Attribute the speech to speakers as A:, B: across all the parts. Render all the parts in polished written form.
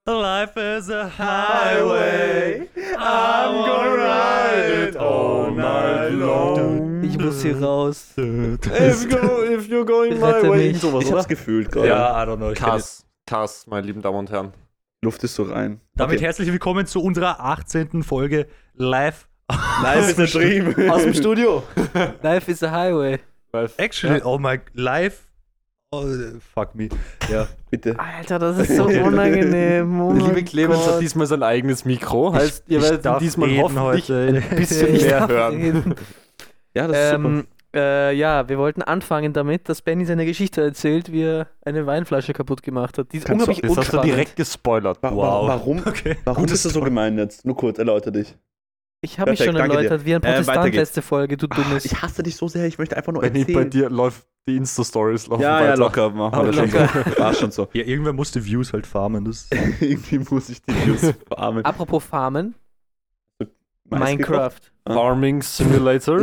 A: Life is a highway, I'm gonna ride it all night long.
B: Ich muss hier raus.
C: If you're going my
B: Rette
C: way.
B: mich.
C: Sowas,
D: Ich
C: oder?
D: hab's gefühlt gerade.
A: Ja, I don't know.
C: Kass, meine lieben Damen und Herren.
D: Luft ist so rein.
A: Damit
D: Okay.
A: herzlich willkommen zu unserer 18. Folge live.
D: Live ist übertrieben.
C: Aus dem Studio.
B: Life is a highway.
A: Actually, oh my, live. Oh, fuck me. Ja.
D: Bitte.
B: Alter, das ist so unangenehm. Oh
C: Der liebe
B: mein
C: Clemens
B: Gott.
C: hat diesmal sein eigenes Mikro. Heißt, ihr werdet ihn
A: darf
C: diesmal
A: reden
C: hoffentlich
A: heute.
C: ein bisschen
B: Ich
C: mehr
B: darf
C: hören.
B: reden.
D: Ja, das ist super.
B: Ja, wir wollten anfangen damit, dass Benny seine Geschichte erzählt, wie er eine Weinflasche kaputt gemacht hat. Die ist
D: Kannst du-
B: unglaublich
C: Das hast du
B: unspannend.
C: direkt gespoilert.
A: Wow.
D: Warum?
A: Okay.
D: Warum
A: Gutes
D: bist du so gemein jetzt? Nur kurz, erläuter dich.
B: Ich habe mich
D: Perfekt,
B: schon
D: danke dir.
B: erläutert, wie ein
D: weiter
B: Protestant
D: geht's.
B: letzte Folge, du Dummes.
D: Ich hasse dich so sehr, ich möchte einfach nur
C: Wenn nicht bei
D: erzählen.
C: dir läuft die Insta-Stories laufen
D: Ja,
C: weiter.
D: ja, locker. Machen wir das schon so. War schon so.
A: Ja, irgendwer musste Views halt farmen. Das
D: Irgendwie muss ich die News verarmen.
B: Apropos Farmen,
D: Mais
B: Minecraft.
C: Farming Simulator.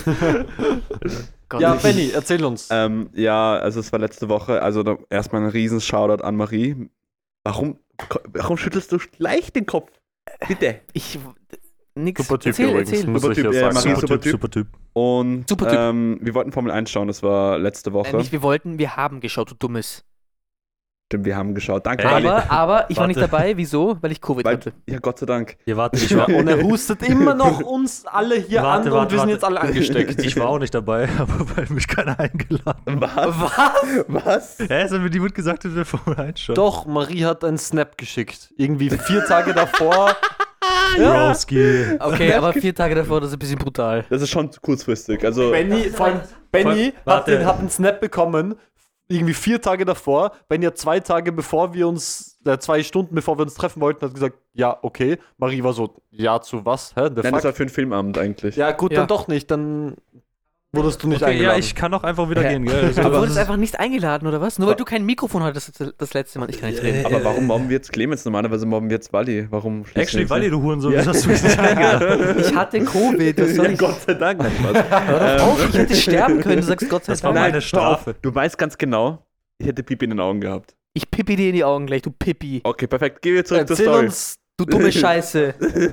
B: Gott,
C: Ja,
B: ich-
C: Benny, erzähl uns.
D: Ja, also es war letzte Woche, also da erstmal ein riesen Shoutout an Marie. Warum schüttelst du gleich den Kopf? Bitte.
B: Ich. Nix.
C: Super Typ
B: Erzähl,
C: übrigens,
B: erzähl.
C: muss
D: Super
C: ich ja
D: Typ, ja,
C: sagen.
D: Marie ist
A: super
D: super
A: Typ.
D: Typ. Und
B: Super Typ.
D: wir wollten Formel 1 schauen, das war letzte Woche.
B: Nicht, wir haben geschaut, du Dummes.
D: Stimmt, wir haben geschaut. Danke,
A: Hey.
D: Ali.
B: Aber ich war nicht
A: Warte.
B: dabei. Wieso? Weil ich Covid
D: Weil,
B: hatte.
D: ja, Gott sei Dank.
A: Ja, warte, ich war,
C: Und er hustet immer noch uns alle hier
A: Warte,
C: an
A: warte,
C: und wir sind
A: warte.
C: jetzt alle angesteckt.
A: ich war auch nicht dabei, aber weil mich keiner eingeladen hat.
D: Was? Was?
A: Hä, es hat mir niemand gesagt, dass wir Formel 1 schauen.
C: Doch, Marie hat einen Snap geschickt. Irgendwie 4 Tage davor.
A: Broski.
B: Okay, aber 4 Tage davor, das ist ein bisschen brutal.
D: Das ist schon zu kurzfristig. Also,
C: Benny, vor allem, Benny
A: Warte.
C: hat einen Snap bekommen, irgendwie 4 Tage davor. Benny hat 2 Tage bevor wir uns, 2 Stunden bevor wir uns treffen wollten, hat gesagt, ja, okay. Marie war so, ja, zu was? Hä? Der
D: nein, das war
C: Fuck?
D: für einen Filmabend eigentlich.
C: Ja, gut,
B: Ja.
C: dann doch nicht. Dann wurdest du nicht
A: Okay,
C: eingeladen.
A: ja, ich kann auch einfach wieder
D: Hä?
A: gehen, gell? Also,
B: Du
D: Aber-
B: wurdest einfach nicht eingeladen, oder was? Nur weil du kein Mikrofon hattest das letzte Mal. Ich kann nicht reden.
D: Aber warum mobben wir jetzt Clemens? Normalerweise mobben wir jetzt Wally. Warum?
A: Actually, Wally, du Hurensohn,
D: Ja.
A: wieso hast du mich nicht eingeladen?
B: Ich hatte Covid, was soll
D: Ja,
B: ich?
D: Gott sei Dank. Nein, Spaß.
B: Hör doch auf, ich hätte sterben können. Du sagst Gott sei
A: Das war
B: Dank.
A: meine
D: hör auf.
A: Strafe.
D: Du weißt ganz genau, ich hätte Pipi in den Augen gehabt.
B: Ich pippi dir in die Augen gleich, du Pippi.
D: Okay, perfekt. Gehen wir zurück zur
C: Erzähl
D: Story.
C: uns.
B: Du dumme Scheiße.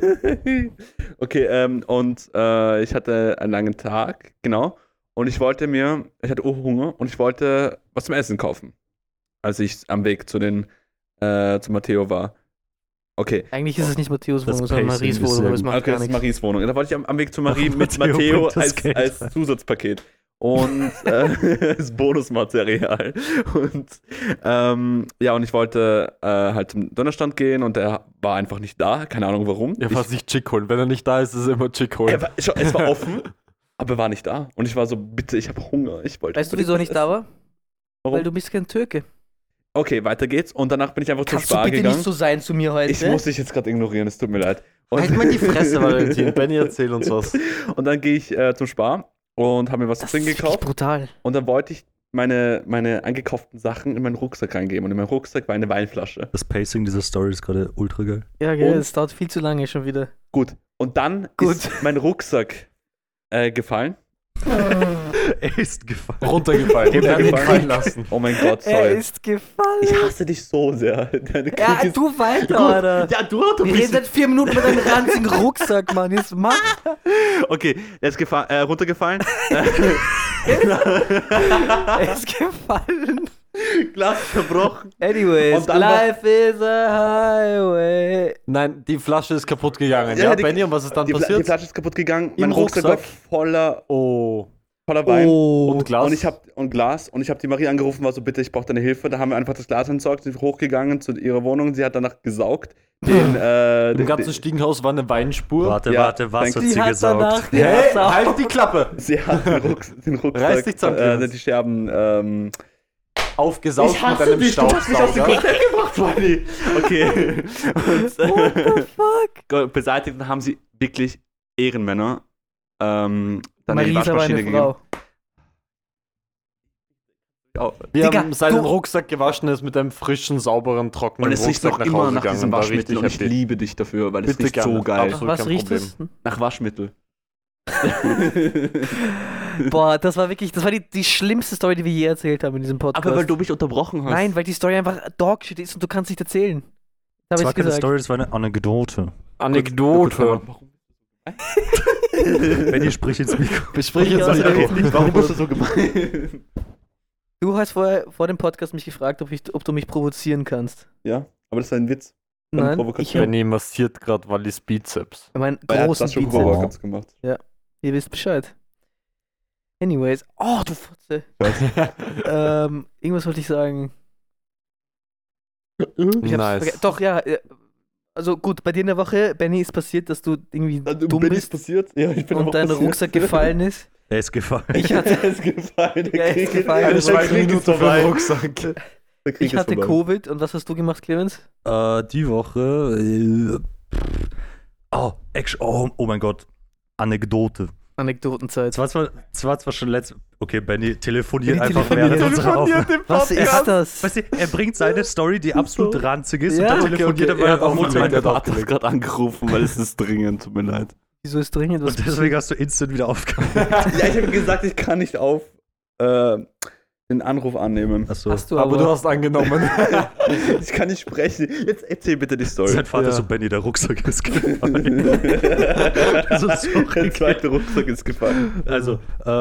D: Okay, und ich hatte einen langen Tag, genau. Und ich hatte Hunger und ich wollte was zum Essen kaufen, als ich am Weg zu Matteo war. Okay.
B: Eigentlich ist es nicht Matthäus
A: Das
B: Wohnung, sondern
A: Pacing
B: Maries
A: ist
B: Wohnung,
A: sehr
B: aber es
A: gut.
B: macht
D: Okay,
B: gar
D: das ist
B: nichts.
D: Maries Wohnung. Da wollte ich am Weg zu Marie mit
A: Matteo
D: Matteo
A: bringt das
D: als
A: Geld.
D: Zusatzpaket. Und als Bonusmaterial. Und ja, und ich wollte halt zum Dönerstand gehen und der war einfach nicht da. Keine Ahnung warum.
C: Er war sich Chick holen. Wenn er nicht da ist, ist es immer Chick holen.
D: Es war offen, aber er war nicht da. Und ich war so, bitte, ich habe Hunger. Ich wollte
B: Weißt du, wieso er nicht da war?
D: Warum?
B: Weil du bist kein Türke.
D: Okay, weiter geht's. Und danach bin ich einfach zum
B: Kannst du
D: Spar
B: bitte
D: gegangen.
B: nicht so sein zu mir heute?
D: Ich muss dich jetzt gerade ignorieren, es tut mir leid. Und,
C: Halt mal die Fresse, Valentin. Benny, erzähl uns was.
D: und dann gehe ich zum Spar und habe mir was zu
B: Das
D: trinken
B: ist wirklich
D: gekauft.
B: brutal.
D: Und dann wollte ich meine eingekauften Sachen in meinen Rucksack reingeben. Und in meinem Rucksack war eine Weinflasche.
A: Das Pacing dieser Story ist gerade ultra geil.
B: Ja, gell,
D: Und-
B: es dauert viel zu lange schon wieder.
D: Gut. Und dann
B: Gut.
D: ist mein Rucksack gefallen.
A: Er ist gefallen.
C: Runtergefallen. Wir werden ihn fallen lassen.
D: Oh mein Gott,
B: Er
D: sorry.
B: ist gefallen.
D: Ich hasse dich so sehr. Deine
B: Ja,
D: Krieg ist-
B: du weiter, Alter.
D: Ja, du
B: Wir reden
D: bist...
B: seit 4 Minuten mit deinem ranzigen Rucksack, Mann. Jetzt mach.
D: Okay, er ist runtergefallen.
B: Er ist gefallen.
D: Glas zerbrochen.
B: Anyways,
D: Und dann
B: life is a highway.
C: Nein, die Flasche ist kaputt gegangen.
D: Ja,
C: Ja,
D: die-
C: Benny, und was ist dann
D: Die
C: passiert?
D: Flasche ist kaputt gegangen.
C: Im
D: Mein Rucksack war
C: Rucksack?
D: voller
C: Oh.
D: Wein.
C: Und Glas.
D: Und Glas. Und ich habe die Marie angerufen, war so, bitte, ich brauche deine Hilfe. Da haben wir einfach das Glas entsorgt, sind hochgegangen zu ihrer Wohnung. Sie hat danach gesaugt.
C: Im ganzen Stiegenhaus war eine Weinspur.
A: Warte,
D: Ja,
A: warte, was
D: danke.
A: hat sie
B: Die hat
A: gesaugt?
B: danach
C: Hey,
B: gesaugt.
C: halt die Klappe!
D: Sie hat den Rucksack,
C: Reiß dich zusammen, Clemens.
D: die Scherben,
C: Aufgesaugt mit einem Staubsauger.
D: gebracht, Wally. Okay.
B: What the fuck?
D: Beseitigt und haben sie wirklich Ehrenmänner. Dann in
B: Marie
D: die
B: ist aber
D: Waschmaschine
B: eine Frau.
D: gegeben.
C: Wir
B: Digga,
C: haben seinen
B: du-
C: Rucksack gewaschen, ist mit einem frischen, sauberen, trockenen
D: Und es riecht
C: Rucksack
D: noch
C: nach
D: immer
C: Hause
D: nach
C: gegangen.
D: diesem
C: War
D: Waschmittel
C: richtig
D: und ich
C: happy.
D: liebe dich dafür, weil es
C: Bitte
D: riecht
C: gerne.
D: so geil.
C: Absolut.
B: Was
C: kein
B: riecht
C: Problem.
B: es?
D: Nach Waschmittel.
B: Boah, das war die schlimmste Story, die wir je erzählt haben in diesem Podcast.
D: Aber weil du mich unterbrochen hast.
B: Nein, weil die Story einfach Dogshit ist und du kannst nicht erzählen. Hab
A: Das war
B: ich
A: keine
B: gesagt.
A: Story, das war eine Anekdote.
C: Anekdote.
A: Benni, sprich ins Mikro.
C: Besprich jetzt
B: Ja,
C: nicht.
D: Warum bist du so gemein?
B: Du hast vor dem Podcast mich gefragt, ob du mich provozieren kannst.
D: Ja, aber das ist ein Witz. Eine
B: Nein,
D: Provokation.
B: ich habe
C: Benni massiert gerade Wallis Bizeps.
B: meinen
D: Weil er hat
B: großen
D: das schon
B: Bizeps.
D: Workouts gemacht.
B: Ihr wisst Bescheid. Anyways. Oh, du Fotze. Irgendwas wollte ich sagen. Ich hab's
C: Nice.
B: Doch, ja. Also gut, bei dir in der Woche, Benni, ist passiert, dass du irgendwie dumm
D: Bin ich
B: bist
D: passiert? Ja, ich bin
B: und
D: auch
B: dein
D: passiert.
B: Rucksack gefallen ist.
A: Er ist gefallen.
B: Ich hatte,
D: Er ist gefallen.
B: Ja, er ist gefallen.
C: Eine
B: Der
C: Schweigeminute für
D: vorbei.
C: den Rucksack.
D: Der Krieg
B: ich
D: ist
B: hatte
D: vorbei.
B: Covid und was hast du gemacht, Clemens?
A: Die Woche. Oh mein Gott. Anekdote.
B: Anekdotenzeit.
A: Es war zwar schon letztes. Okay, Benni telefoniert
B: Benni
A: einfach
B: telefoniert.
A: während unserer Aufnahme.
B: Was ist das?
A: Weißt du, er bringt seine Story, die absolut ranzig ist,
B: Ja.
A: und dann telefoniert er, weil er auf uns
C: Der
A: hat.
C: hat gerade angerufen, weil es ist dringend, tut mir leid.
B: Wieso ist dringend was
A: Und deswegen hast du instant wieder aufgehört.
D: Ja, ich habe gesagt, ich kann nicht auf den Anruf annehmen.
A: Achso.
B: hast du
C: Aber du hast angenommen.
D: Ich kann nicht sprechen. Jetzt erzähl bitte die Story.
A: Sein Vater
C: Ja.
A: so, Benni, der Rucksack ist gefallen. So, sorry.
D: Der zweite Rucksack ist gefallen.
A: Also,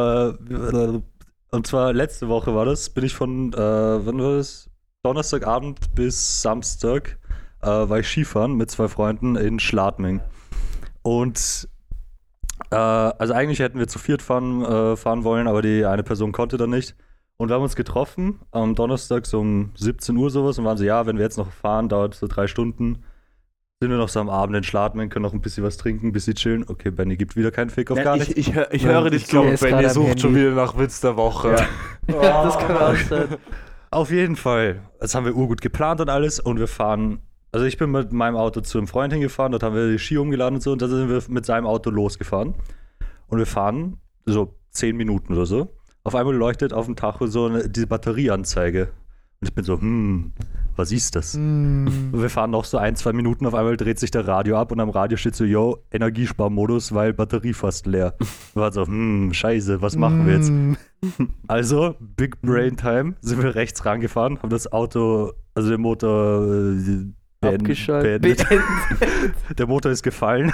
A: und zwar letzte Woche war das, bin ich von, wann war das? Donnerstagabend bis Samstag war ich Skifahren mit 2 Freunden in Schladming. Und also eigentlich hätten wir zu 4 fahren wollen, aber die eine Person konnte dann nicht. Und wir haben uns getroffen am Donnerstag so um 17 Uhr sowas und waren so, ja, wenn wir jetzt noch fahren, dauert so 3 Stunden. Sind wir noch so am Abend in Schladming, können noch ein bisschen was trinken, ein bisschen chillen. Okay, Benni gibt wieder keinen Fick auf gar nichts.
C: Ich höre dich, glaube
B: Der
C: ich,
B: ist
C: Benni
B: gerade am
C: sucht schon
B: Handy.
C: wieder nach Witz der Woche.
D: Ja.
B: Ja, das kann auch sein.
A: Auf jeden Fall. Das haben wir urgut geplant und alles und wir fahren. Also ich bin mit meinem Auto zu einem Freund hingefahren, dort haben wir die Ski umgeladen und so und dann sind wir mit seinem Auto losgefahren. Und wir fahren so 10 Minuten oder so. Auf einmal leuchtet auf dem Tacho so diese Batterieanzeige. Und ich bin so, was ist das? Und wir fahren noch so 1-2 Minuten, auf einmal dreht sich der Radio ab und am Radio steht so, yo, Energiesparmodus, weil Batterie fast leer. Wir waren so, scheiße, was machen wir jetzt? Also, Big Brain Time, sind wir rechts rangefahren, haben das Auto, also den Motor
B: Abgeschaltet.
A: der Motor ist gefallen.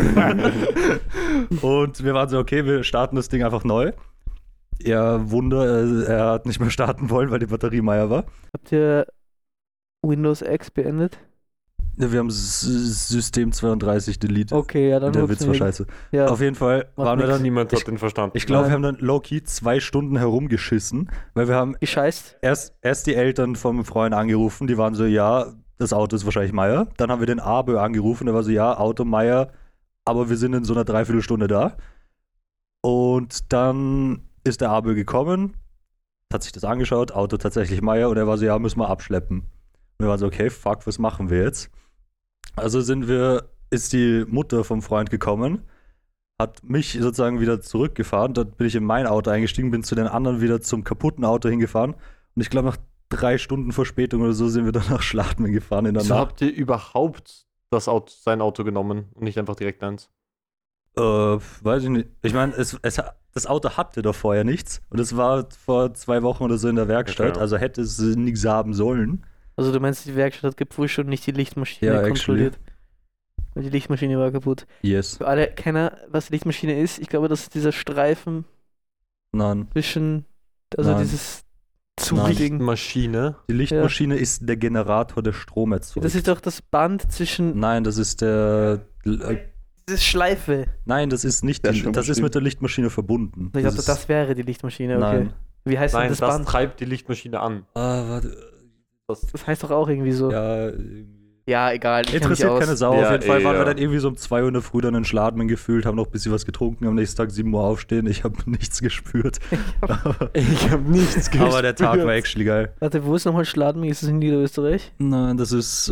A: Und wir waren so, okay, wir starten das Ding einfach neu. Ja, Wunder, er hat nicht mehr starten wollen, weil die Batterie Meier war.
B: Habt ihr Windows X beendet?
A: Ja, wir haben System 32 delete.
B: Okay, ja, dann
A: Der Witz war
B: funktioniert.
A: scheiße.
B: Ja.
A: Auf jeden Fall
B: Macht
A: waren wir
B: nix.
A: dann.
C: Niemand hat den verstanden.
A: Ich glaube,
B: Nein.
A: wir haben dann low-key 2 Stunden herumgeschissen, weil wir haben
B: Gescheißt?
A: erst die Eltern vom Freund angerufen, die waren so, ja, das Auto ist wahrscheinlich Meier. Dann haben wir den Abe angerufen, der war so, ja, Auto Meier, aber wir sind in so einer Dreiviertelstunde da. Und dann ist der Abe gekommen, hat sich das angeschaut, Auto tatsächlich Meier, und er war so, ja, müssen wir abschleppen. Und wir waren so, okay, fuck, was machen wir jetzt? Also ist die Mutter vom Freund gekommen, hat mich sozusagen wieder zurückgefahren, dann bin ich in mein Auto eingestiegen, bin zu den anderen wieder zum kaputten Auto hingefahren und ich glaube nach 3 Stunden Verspätung oder so sind wir dann nach Schladming gefahren in der
C: Wieso
A: Nacht.
C: habt ihr überhaupt sein Auto genommen und nicht einfach direkt eins?
A: Weiß ich nicht. Ich meine, das Auto hatte doch vorher nichts und es war vor 2 Wochen oder so in der Werkstatt,
C: Okay.
A: also hätte es nichts haben sollen.
B: Also du meinst, die Werkstatt hat gepusht und nicht die Lichtmaschine
A: Ja,
B: kontrolliert? Weil die Lichtmaschine war kaputt.
A: Yes.
B: Für alle, keiner, was die Lichtmaschine ist, ich glaube, das ist dieser Streifen
A: Nein.
B: zwischen, also
A: Nein.
B: dieses
A: Nein.
B: Zugding.
C: Maschine.
A: Die Lichtmaschine ist der Generator, der Strom erzeugt.
B: Das ist doch das Band zwischen,
A: Nein, das ist der.
B: dieses Schleife.
A: Nein, das ist nicht.
D: Der
A: Das
D: Strom
A: ist
D: bestimmt.
A: mit der Lichtmaschine verbunden.
B: Ich dachte,
A: ist-
B: das wäre die Lichtmaschine, okay.
A: Nein.
B: Wie heißt
C: Nein,
B: denn das
C: das
B: Band?
C: treibt die Lichtmaschine an.
A: Warte.
B: Das heißt doch auch irgendwie so. Ja,
A: Ja,
B: egal. Ich kenn mich
A: interessiert
B: aus.
A: keine Sau.
C: Ja,
A: Auf jeden Fall waren
C: ja.
A: wir dann irgendwie so um 2 Uhr in der Früh dann in Schladming gefühlt, haben noch ein bisschen was getrunken, am nächsten Tag 7 Uhr aufstehen. Ich habe nichts gespürt.
C: Ich habe nichts gespürt.
A: Aber der Tag war actually geil.
B: Warte, wo ist nochmal Schladming? Ist es in Niederösterreich?
A: Nein, das ist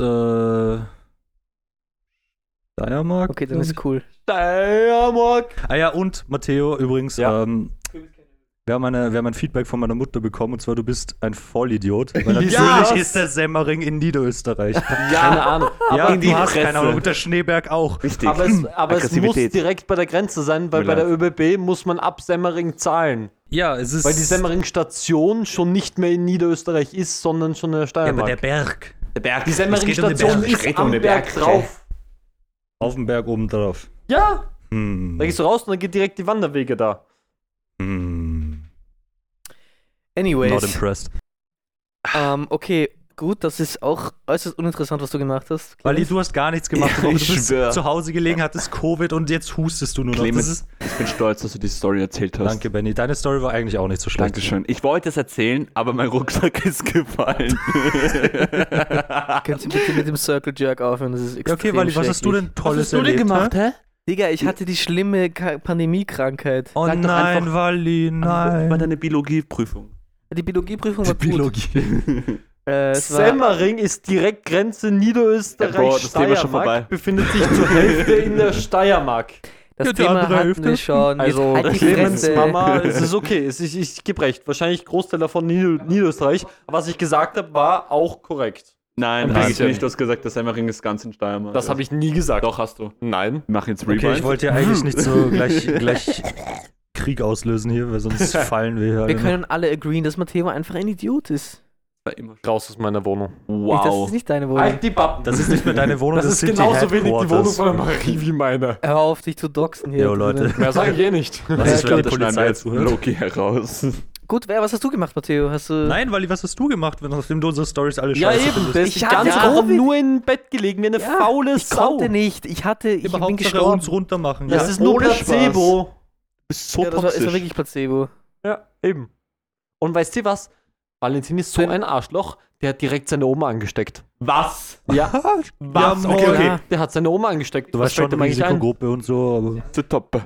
A: Steiermark.
B: Okay, dann
A: glaub
B: ist
A: ich.
B: cool.
C: Steiermark.
A: Ah ja, und Matteo übrigens,
C: Ja.
A: wir haben ein Feedback von meiner Mutter bekommen, und zwar, du bist ein Vollidiot. Weil natürlich
C: Ja!
A: ist der Semmering in Niederösterreich.
C: Keine Ahnung.
A: Ja,
C: in die
A: du hast
C: Fresse.
A: keine Ahnung, und der Schneeberg auch.
D: Wichtig.
C: Aber es muss
D: Aggressivität.
C: direkt bei der Grenze sein, weil bei der ÖBB muss man ab Semmering zahlen.
A: Ja, es ist...
C: Weil die Semmering-Station schon nicht mehr in Niederösterreich ist, sondern schon in der
A: Ja,
C: Steiermark.
A: aber der Berg.
D: Der Berg.
C: Die
A: Es geht um den
C: Semmering-Station
A: Berg.
C: ist am Berg drauf.
A: Auf dem Berg oben drauf.
C: Ja,
A: Hm.
C: da gehst du raus und dann geht direkt die Wanderwege da.
A: Hm. Not
B: Anyways,
A: impressed.
B: okay, gut, das ist auch äußerst uninteressant, was du gemacht hast.
A: Wally, du hast gar nichts gemacht.
D: Ja,
A: du
D: ich
A: bist
D: schwör.
A: zu Hause gelegen, hattest Covid und jetzt hustest du nur noch.
D: Clemens,
A: Das ist,
D: ich bin stolz, dass du die Story erzählt hast.
A: danke, Benny. Deine Story war eigentlich auch nicht so schlecht.
D: Dankeschön. Ich wollte es erzählen, aber mein Rucksack ist gefallen.
B: Könnt ihr bitte mit dem Circle Jerk aufhören? Das ist
A: Ja,
B: extrem
A: okay, Wally, was hast du
B: schrecklich.
A: denn Tolles erlebt?
B: hä? Digga, ich hatte die schlimme Pandemie-Krankheit.
A: Oh
D: Sag doch
A: nein,
D: einfach-
A: Wally,
D: Wie war
A: nein.
D: deine Biologieprüfung?
B: Die Biologieprüfung war gut.
A: Biologie.
B: Es war,
C: Semmering ist direkt Grenze
D: Ja, Bro,
C: Niederösterreich,
D: das Thema ist schon vorbei.
C: Steiermark, befindet sich zur Hälfte in der Steiermark.
B: das
A: Ja, die
B: Thema
A: andere
B: hatten
A: Hälfte.
B: wir schon.
C: Also
B: Jetzt halt die
C: Clemens
B: Fresse.
C: Mama, es ist okay, ich gebe recht. Wahrscheinlich Großteil davon Niederösterreich. Aber was ich gesagt habe, war auch korrekt.
D: Nein,
C: Ein
D: eigentlich
C: bisschen.
D: nicht. Du hast gesagt, dass Semmering ist ganz in Steiermark.
C: Das habe ich nie gesagt.
D: Doch, hast du.
C: Nein.
D: Wir machen jetzt
A: Okay,
D: Rewind.
A: ich wollte ja eigentlich nicht so gleich Krieg auslösen hier, weil sonst fallen wir hier.
B: Wir können alle agreeen, dass Matteo einfach ein Idiot ist.
D: war immer
C: Raus aus meiner Wohnung.
B: Das
D: wow.
B: ist nicht deine Wohnung.
C: Halt die Pappen.
A: Das ist nicht mehr deine Wohnung,
C: Das ist
A: sind
C: genauso
A: die
C: wenig die Wohnung
A: Headquarters.
C: von der Marie wie meine.
B: Hör auf, dich zu doxen hier.
A: Jo, Leute.
B: drinnen.
C: Mehr sage ich eh nicht.
A: Was
B: Ja,
A: ist, wenn die
D: das schneiden wir
A: Polizei
D: jetzt
A: zuhört?
D: Loki heraus.
B: Gut, was hast du gemacht, Matteo? Hast du...
A: Nein, Wally, was hast du gemacht, nachdem du unsere Stories alle
C: Ja,
A: scheiße
C: eben.
A: findest?
C: Der ist
B: Ich
C: die
B: hatte
C: ganze
B: Covid.
C: Woche nur im Bett gelegen, wie eine
B: Ja,
C: faule
B: ich
C: Sau.
B: konnte nicht. Ich bin
A: Überhaupt
B: gestorben.
A: uns runter machen.
C: Das
A: Ja?
C: ist nur
D: ohne
C: Placebo.
D: Du bist so
B: Ja, das war
D: toxisch.
B: wirklich Placebo.
C: Ja, eben. Und weißt du was? Valentin ist so ein Arschloch, der hat direkt seine Oma angesteckt.
D: Was?
C: Ja,
A: Was?
B: moin.
A: Okay, okay.
B: Ja.
C: der hat seine Oma angesteckt.
A: Du
C: Was
A: weißt schon,
C: fällt ihm eigentlich ein?
A: Risikogruppe und so, aber
D: Zu top.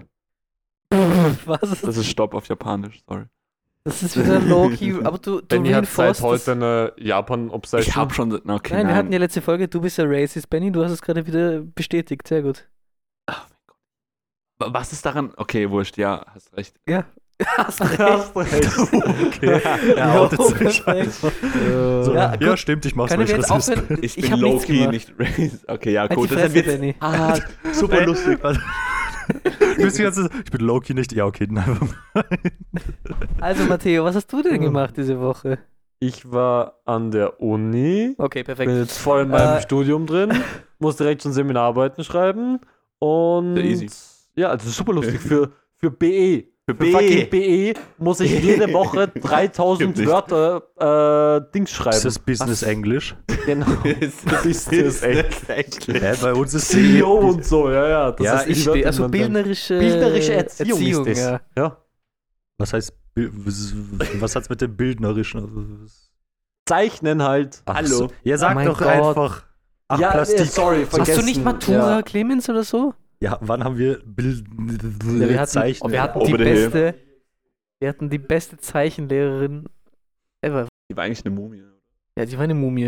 B: Was ist
D: Das ist Stopp auf Japanisch, sorry.
B: Das ist wieder Low-Key, aber du
C: Benny hat seit
B: reinforcest
C: heute
B: das.
C: eine Japan-Obsession.
D: Ich hab schon. Okay,
B: Nein, wir hatten ja letzte Folge, du bist ja racist, Benny, du hast es gerade wieder bestätigt, sehr gut.
D: Was ist daran? Okay, wurscht, ja, hast recht.
B: Hast recht.
A: okay. Er
B: Jo,
A: outet sich
B: perfekt.
A: einfach. So,
B: Ja,
A: ja,
B: gut.
A: stimmt, ich mach's,
B: Können
A: weil
B: wir
A: ich
B: jetzt
A: Rassist
B: aufhören?
A: bin.
D: Ich
B: Ich
D: bin
B: hab nichts
D: low-key
B: gemacht.
D: nicht racist. Okay, ja,
B: Halt die
D: gut. Das ist
B: Fresse,
D: ein Witz.
B: Benny.
D: Ah, super
A: Ey,
D: lustig.
A: was- Du bist die ganze Zeit, ich bin Loki nicht. Ja, okay, nein.
B: Also Matteo, was hast du denn gemacht diese Woche?
C: Ich war an der Uni,
B: Okay, perfekt.
C: bin jetzt voll in meinem
B: Äh.
C: Studium drin, muss direkt schon Seminararbeiten schreiben und
D: Sehr easy.
C: ja, also super lustig für BE.
D: Für
C: Für fucking BE muss ich jede Woche 3000
D: Stimmt nicht.
C: Wörter Dings schreiben.
A: Ist das Business Englisch?
C: Genau. Business
A: Bei uns ist
C: CEO und so, ja. Das
A: Ja,
C: ist die
A: ich
C: Wörter, die
B: Also
C: man dann-
B: bildnerische
C: Erziehung ist das.
B: ja.
C: Ja.
A: Was heißt, was hat's mit dem Bildnerischen?
C: Zeichnen halt.
A: Ach
D: Hallo.
A: so. Ja, sag
B: Oh mein
A: doch
B: Gott.
A: einfach. Ach, Plastik.
C: sorry,
B: Hast
C: vergessen.
B: du nicht Matura,
C: Ja.
B: Clemens, oder so?
A: Ja, wann haben wir
B: Ja, wir hatten,
A: Zeichnen?
B: wir hatten
D: Over
B: die
D: the hill.
B: beste, wir hatten die beste Zeichenlehrerin ever.
D: Die war eigentlich eine Mumie.
B: Ja, die war eine Mumie.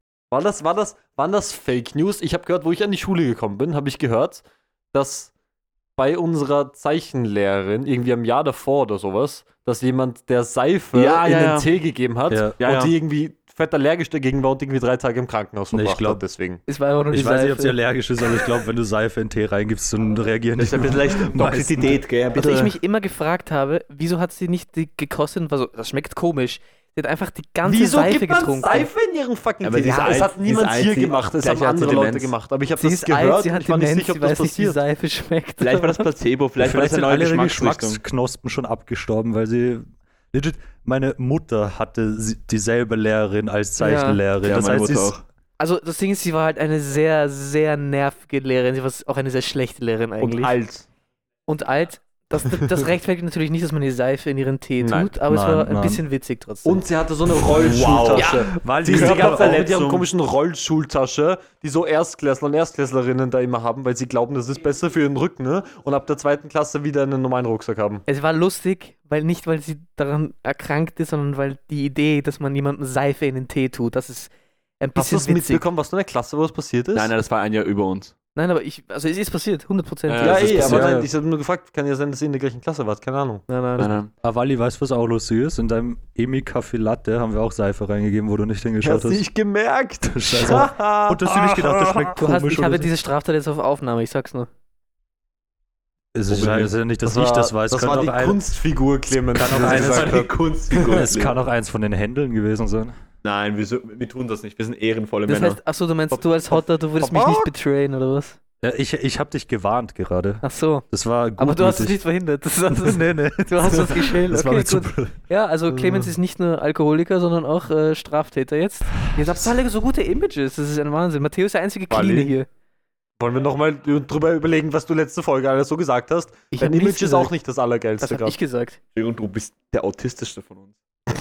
C: Waren das Fake News? Ich habe gehört, wo ich an die Schule gekommen bin, habe ich gehört, dass bei unserer Zeichenlehrerin, irgendwie am Jahr davor oder sowas, dass jemand der Seife
D: Ja,
C: in
D: ja,
C: den
D: ja.
C: Tee gegeben hat
A: Ja.
D: Ja,
C: und
D: ja.
C: die irgendwie fett allergisch dagegen war und irgendwie 3 Tage im Krankenhaus
A: Nee, ich
C: verbracht
A: glaub-
C: hat, deswegen.
B: Es war einfach nur die
A: Ich weiß nicht, ob
B: Seife.
A: sie allergisch ist, aber ich glaube, wenn du Seife in Tee reingibst, dann reagieren
D: Das ist ein bisschen leicht
A: meisten.
D: Toxizität, gell?
B: Was ich mich immer gefragt habe, wieso hat sie nicht die gekostet und war so, das schmeckt komisch. Sie hat einfach die ganze
C: Wieso
B: Seife
C: gibt man
B: getrunken.
C: Seife in ihren fucking
D: Aber
C: Tee?
D: sie ist
C: Ja, es
D: alt,
C: hat
D: sie
C: niemand
D: ist alt,
C: hier
D: sie-
C: gemacht, es
D: vielleicht
C: haben
D: hat sie
C: andere Leute
D: Demenz.
C: gemacht. Aber ich habe
B: Sie
C: das
B: ist
C: gehört
B: alt, sie
C: und
B: hat
C: ich war nicht
B: Demenz,
C: sicher, ob
B: sie
C: das
B: weiß nicht, wie
C: passiert.
B: Seife schmeckt.
D: Vielleicht war das Placebo, vielleicht war das
A: sind
D: eine
A: alle
D: neue
A: ihre
D: Geschmacksrichtung.
A: Geschmacksknospen schon abgestorben, weil sie legit, meine Mutter hatte dieselbe Lehrerin als Zeichenlehrerin.
D: Ja,
A: das
D: meine
A: heißt, sie
D: Mutter
A: ist,
D: auch.
B: Also das Ding ist, sie war halt eine sehr, sehr nervige Lehrerin. Sie war auch eine sehr schlechte Lehrerin eigentlich.
C: Und alt.
B: Und alt. Das rechtfertigt natürlich nicht, dass man die Seife in ihren Tee
C: Nein.
B: tut, aber es
A: Nein,
B: war ein
A: nein.
B: bisschen witzig trotzdem.
C: Und sie hatte so eine Rollschultasche.
A: weil
C: Die
A: die
C: gab auch mit ihrem
D: Verletzung.
C: komischen Rollschultasche, die so Erstklässler und Erstklässlerinnen da immer haben, weil sie glauben, das ist besser für ihren Rücken, ne? Und ab der 2. Klasse wieder einen normalen Rucksack haben.
B: Es war lustig, nicht weil sie daran erkrankt ist, sondern weil die Idee, dass man jemandem Seife in den Tee tut, das ist ein
C: Hast du
B: bisschen
C: das
B: witzig.
C: mitbekommen, was in der Klasse, wo das passiert ist?
D: Nein, das war ein Jahr über uns.
B: Nein, aber es ist passiert, 100%.
D: Ja,
C: Ja,
D: das ist
C: aber
D: passiert.
C: nein, ich habe nur gefragt, kann ja sein, dass ihr in der gleichen Klasse wart, keine Ahnung.
B: Nein.
D: Nein.
A: Wally, weißt du, was auch lustig ist? In deinem Emi Kaffee Latte haben wir auch Seife reingegeben, wo du nicht hingeschaut
C: Hast
A: hast.
C: nicht gemerkt.
A: Scheiße. Und dass du nicht gedacht, das schmeckt
B: Ich
A: komisch.
B: habe
A: oder
B: diese Straftat jetzt auf Aufnahme, ich sag's nur.
A: Es ist ja nicht, dass ich das weiß.
C: Das
A: Könnte
C: war
A: auch
C: die Kunstfigur, Clemens.
A: kann auch
C: die das
A: eines
C: gesagt
A: von
C: hat.
D: Kunstfigur.
A: Es kann auch eins von den Händeln gewesen sein.
D: Nein, wir tun das nicht. Wir sind ehrenvolle
B: Das
D: Männer.
B: heißt, achso, du meinst, du als Hotter, du würdest mich nicht betrayen, oder was?
A: Ja, ich habe dich gewarnt gerade.
B: Ach so.
A: Das war gut.
B: Aber du hast es nicht verhindert.
A: Nee.
B: Du hast es geschält.
A: Das war
B: Okay,
A: mir zu
B: gut.
A: blöd.
B: Ja, also Clemens ist nicht nur Alkoholiker, sondern auch Straftäter jetzt. Ihr habt alle so gute Images. Das ist ein Wahnsinn. Matthäus ist der einzige
C: Wally?
B: Cleane hier.
C: Wollen wir nochmal drüber überlegen, was du letzte Folge alles so gesagt hast?
B: Ich
C: Dein
B: hab nichts
C: Image ist
B: gesagt.
C: auch nicht das
B: Das
C: Allergeilste
B: habe ich gesagt.
D: Und du bist der autistischste von uns.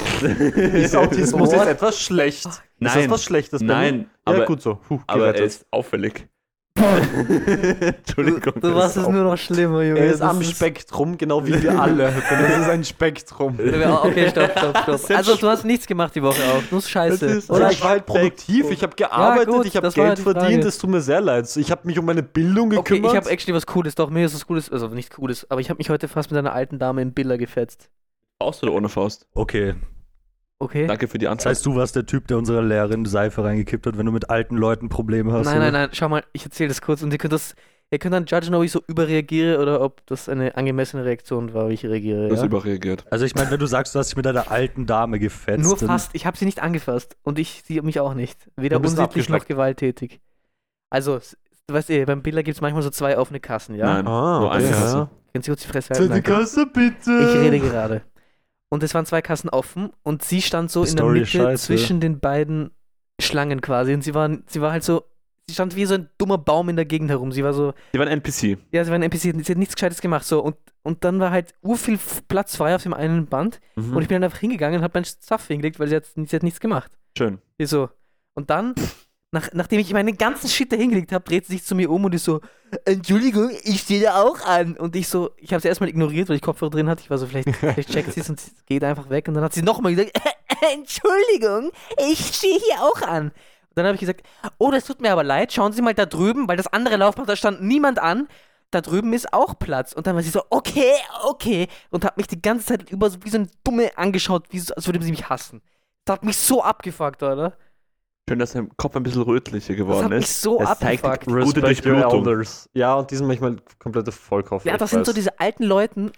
C: Ist Autismus
B: What?
C: jetzt etwas schlecht? Ist das
D: Nein.
C: was Schlechtes? Benno?
D: Nein,
C: Ja,
D: aber,
C: gut so.
D: aber er
C: gerettet.
D: ist auffällig. Entschuldigung.
B: Du warst es nur noch schlimmer, Junge.
C: Er ist
B: Das
C: am Spektrum, genau wie wir alle. Das ist ein Spektrum.
B: Okay, stopp. Also du hast nichts gemacht die Woche auch. Nur Scheiße.
D: Das ist-
B: Oder?
C: Oder ich war halt produktiv, ich habe gearbeitet,
B: gut,
C: ich habe
B: das war
C: Geld
B: die Frage.
C: verdient, es tut mir sehr leid. Ich habe mich um meine Bildung
B: Okay,
C: gekümmert.
B: ich habe actually was Cooles. Doch, mir ist was Cooles. Also nicht Cooles, aber ich habe mich heute fast mit einer alten Dame in Billa gefetzt.
D: Faust oder ohne Faust?
A: Okay.
B: Okay?
D: Danke für die
A: Das
D: Antwort.
A: heißt, du warst der Typ, der unserer Lehrerin Seife reingekippt hat, wenn du mit alten Leuten Probleme hast. oder?
B: Nein. Schau mal, ich erzähle das kurz und ihr könnt dann judgen, ob ich so überreagiere oder ob das eine angemessene Reaktion war, wie ich reagiere.
D: Du hast
B: Ja?
D: überreagiert.
A: Also ich meine, wenn du sagst, du hast dich mit einer alten Dame gefetzt.
B: Nur
A: dann-
B: fast. Ich habe sie nicht angefasst und sie mich auch nicht. Weder
C: Du bist
B: unsittlich noch
C: abgeschleckt.
B: gewalttätig. Also, du weißt beim Billa gibt es manchmal so 2 offene Kassen, ja?
D: Nein,
C: Ah,
D: nur eine
C: okay,
D: Kasse.
C: ja.
B: Können Sie kurz die Fresse halten? Danke.
C: Kasse, bitte.
B: Ich rede gerade. Und es waren 2 Kassen offen und sie stand so
A: Die
B: in der
A: Story
B: Mitte
A: ist scheiße.
B: zwischen den beiden Schlangen quasi. Und sie war halt so, sie stand wie so ein dummer Baum in der Gegend herum. Sie war so,
D: Die waren NPC.
B: ja, sie war ein NPC, sie hat nichts Gescheites gemacht. So. Und dann war halt urviel Platz frei auf dem einen Band. Und ich bin dann einfach hingegangen und habe meinen Stuff hingelegt, weil sie hat nichts gemacht.
D: Schön.
B: Die so. Und dann, nachdem ich meinen ganzen Shit da hingelegt habe, dreht sie sich zu mir um und ist so, Entschuldigung, ich stehe da auch an. Und ich so, ich habe sie erstmal ignoriert, weil ich Kopfhörer drin hatte. Ich war so, vielleicht checkt sie es und sie geht einfach weg. Und dann hat sie nochmal gesagt, Entschuldigung, ich stehe hier auch an. Und dann habe ich gesagt, oh, das tut mir aber leid, schauen Sie mal da drüben, weil das andere Laufband, da stand niemand an. Da drüben ist auch Platz. Und dann war sie so, okay. Und hat mich die ganze Zeit über so wie so ein Dumme angeschaut, als würde sie mich hassen. Das hat mich so abgefuckt, oder?
D: Schön, dass dein Kopf ein bisschen rötlicher
B: Das
D: geworden
B: hat mich
D: ist.
B: so
D: Das zeigt
B: abgefuckt.
D: gute
C: Respect your
D: Durchblutung.
C: elders. Ja, und die sind manchmal komplette Vollkaufer.
B: Ja, das sind so diese alten Leute,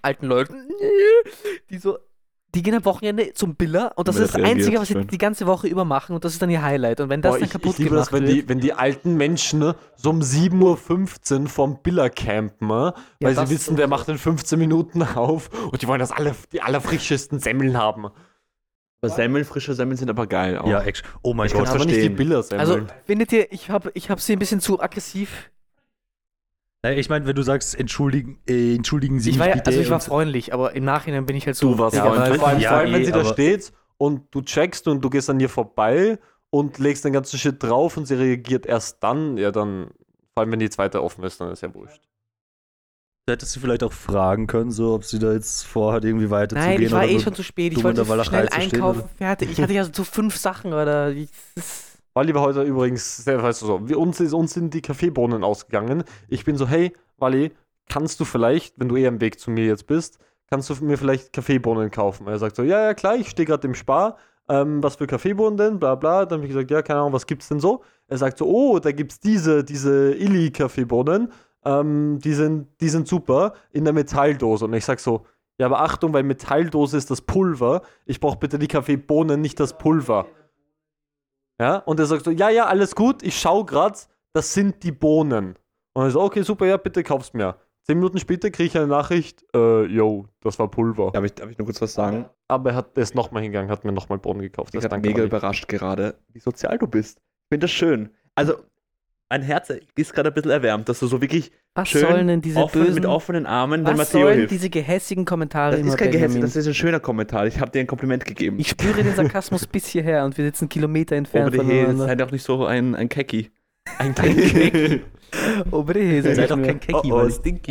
B: die gehen am Wochenende zum Billa und das
D: Wenn
B: ist
D: das
B: das Einzige,
D: reagiert,
B: was sie
D: schön.
B: die ganze Woche über machen und das ist dann ihr Highlight. Und wenn das dann kaputt
C: ich liebe das,
B: gemacht
C: wenn
B: wird,
C: wenn die alten Menschen so um 7:15 Uhr vorm Billa campen, weil
B: das
C: sie wissen, der macht in 15 Minuten auf und die wollen die allerfrischesten Semmeln haben.
D: Aber frische Semmeln sind aber geil auch.
A: Ja, oh mein
D: Ich
A: Gott.
D: kann's
C: Aber nicht die
D: verstehen.
C: Billa-Semmeln.
B: also findet ihr, ich hab sie ein bisschen zu aggressiv.
A: Ich meine, wenn du sagst, entschuldigen Sie
B: Ich
A: mich
B: war,
A: bitte.
B: ich war
A: und-
B: freundlich, aber im Nachhinein bin ich halt so.
D: Du warst
B: Digga,
D: freundlich.
C: vor allem,
A: Ja,
C: wenn sie da
A: aber-
C: steht und du checkst und du gehst an ihr vorbei und legst den ganzen Shit drauf und sie reagiert erst dann, ja dann, vor allem wenn die zweite offen ist, dann ist ja wurscht.
A: Du hättest sie vielleicht auch fragen können, so ob sie da jetzt vorhat, irgendwie weiterzugehen.
B: Nein, ich war
A: oder
B: eh
A: nur
B: schon zu spät. Ich
A: dumm in
B: wollte
A: der Walachei
B: schnell
A: zu stehen,
B: einkaufen,
A: oder?
B: fertig. Ich hatte ja so 5 Sachen, oder?
C: Wally war heute übrigens, weißt du so, uns sind die Kaffeebohnen ausgegangen. Ich bin so, hey, Wally, kannst du vielleicht, wenn du am Weg zu mir jetzt bist, kannst du mir vielleicht Kaffeebohnen kaufen? Er sagt so, ja, klar, ich stehe gerade im Spar. Was für Kaffeebohnen denn? Bla bla. Dann habe ich gesagt, ja, keine Ahnung, was gibt's denn so? Er sagt so, oh, da gibt's diese Illy-Kaffeebohnen. Die sind super in der Metalldose. Und ich sag so, ja, aber Achtung, weil Metalldose ist das Pulver. Ich brauche bitte die Kaffeebohnen, nicht das Pulver. Ja, und er sagt so, ja, alles gut, ich schau grad, das sind die Bohnen. Und er so, okay, super, ja, bitte kauf's mir. 10 Minuten später kriege ich eine Nachricht, yo, das war Pulver.
D: Darf ich nur kurz was sagen?
C: Aber er ist nochmal hingegangen, hat mir nochmal Bohnen gekauft.
D: Ich
C: Das
D: bin
C: danke
D: mega
C: Wally.
D: überrascht gerade, wie sozial du bist. Ich finde das schön. Also, mein Herz ist gerade ein bisschen erwärmt, dass du so wirklich
B: Was
D: schön
B: sollen denn diese
D: offen,
B: bösen,
D: mit offenen Armen den
B: was
D: Matteo
B: sollen
D: hilft.
B: diese gehässigen Kommentare
D: Das
B: immer,
D: ist kein Gehässig,
B: Benjamin?
D: das ist ein schöner Kommentar. Ich habe dir ein Kompliment gegeben.
B: Ich spüre den Sarkasmus bis hierher und wir sitzen Kilometer entfernt
D: Obere He,
B: voneinander.
D: sei doch nicht so ein Kecki.
C: Ein Keki.
B: Obere He,
A: Sei
B: sag
A: doch
B: ich
A: kein
B: nur.
A: Kecki,
D: Oh,
A: weil
D: Stinky.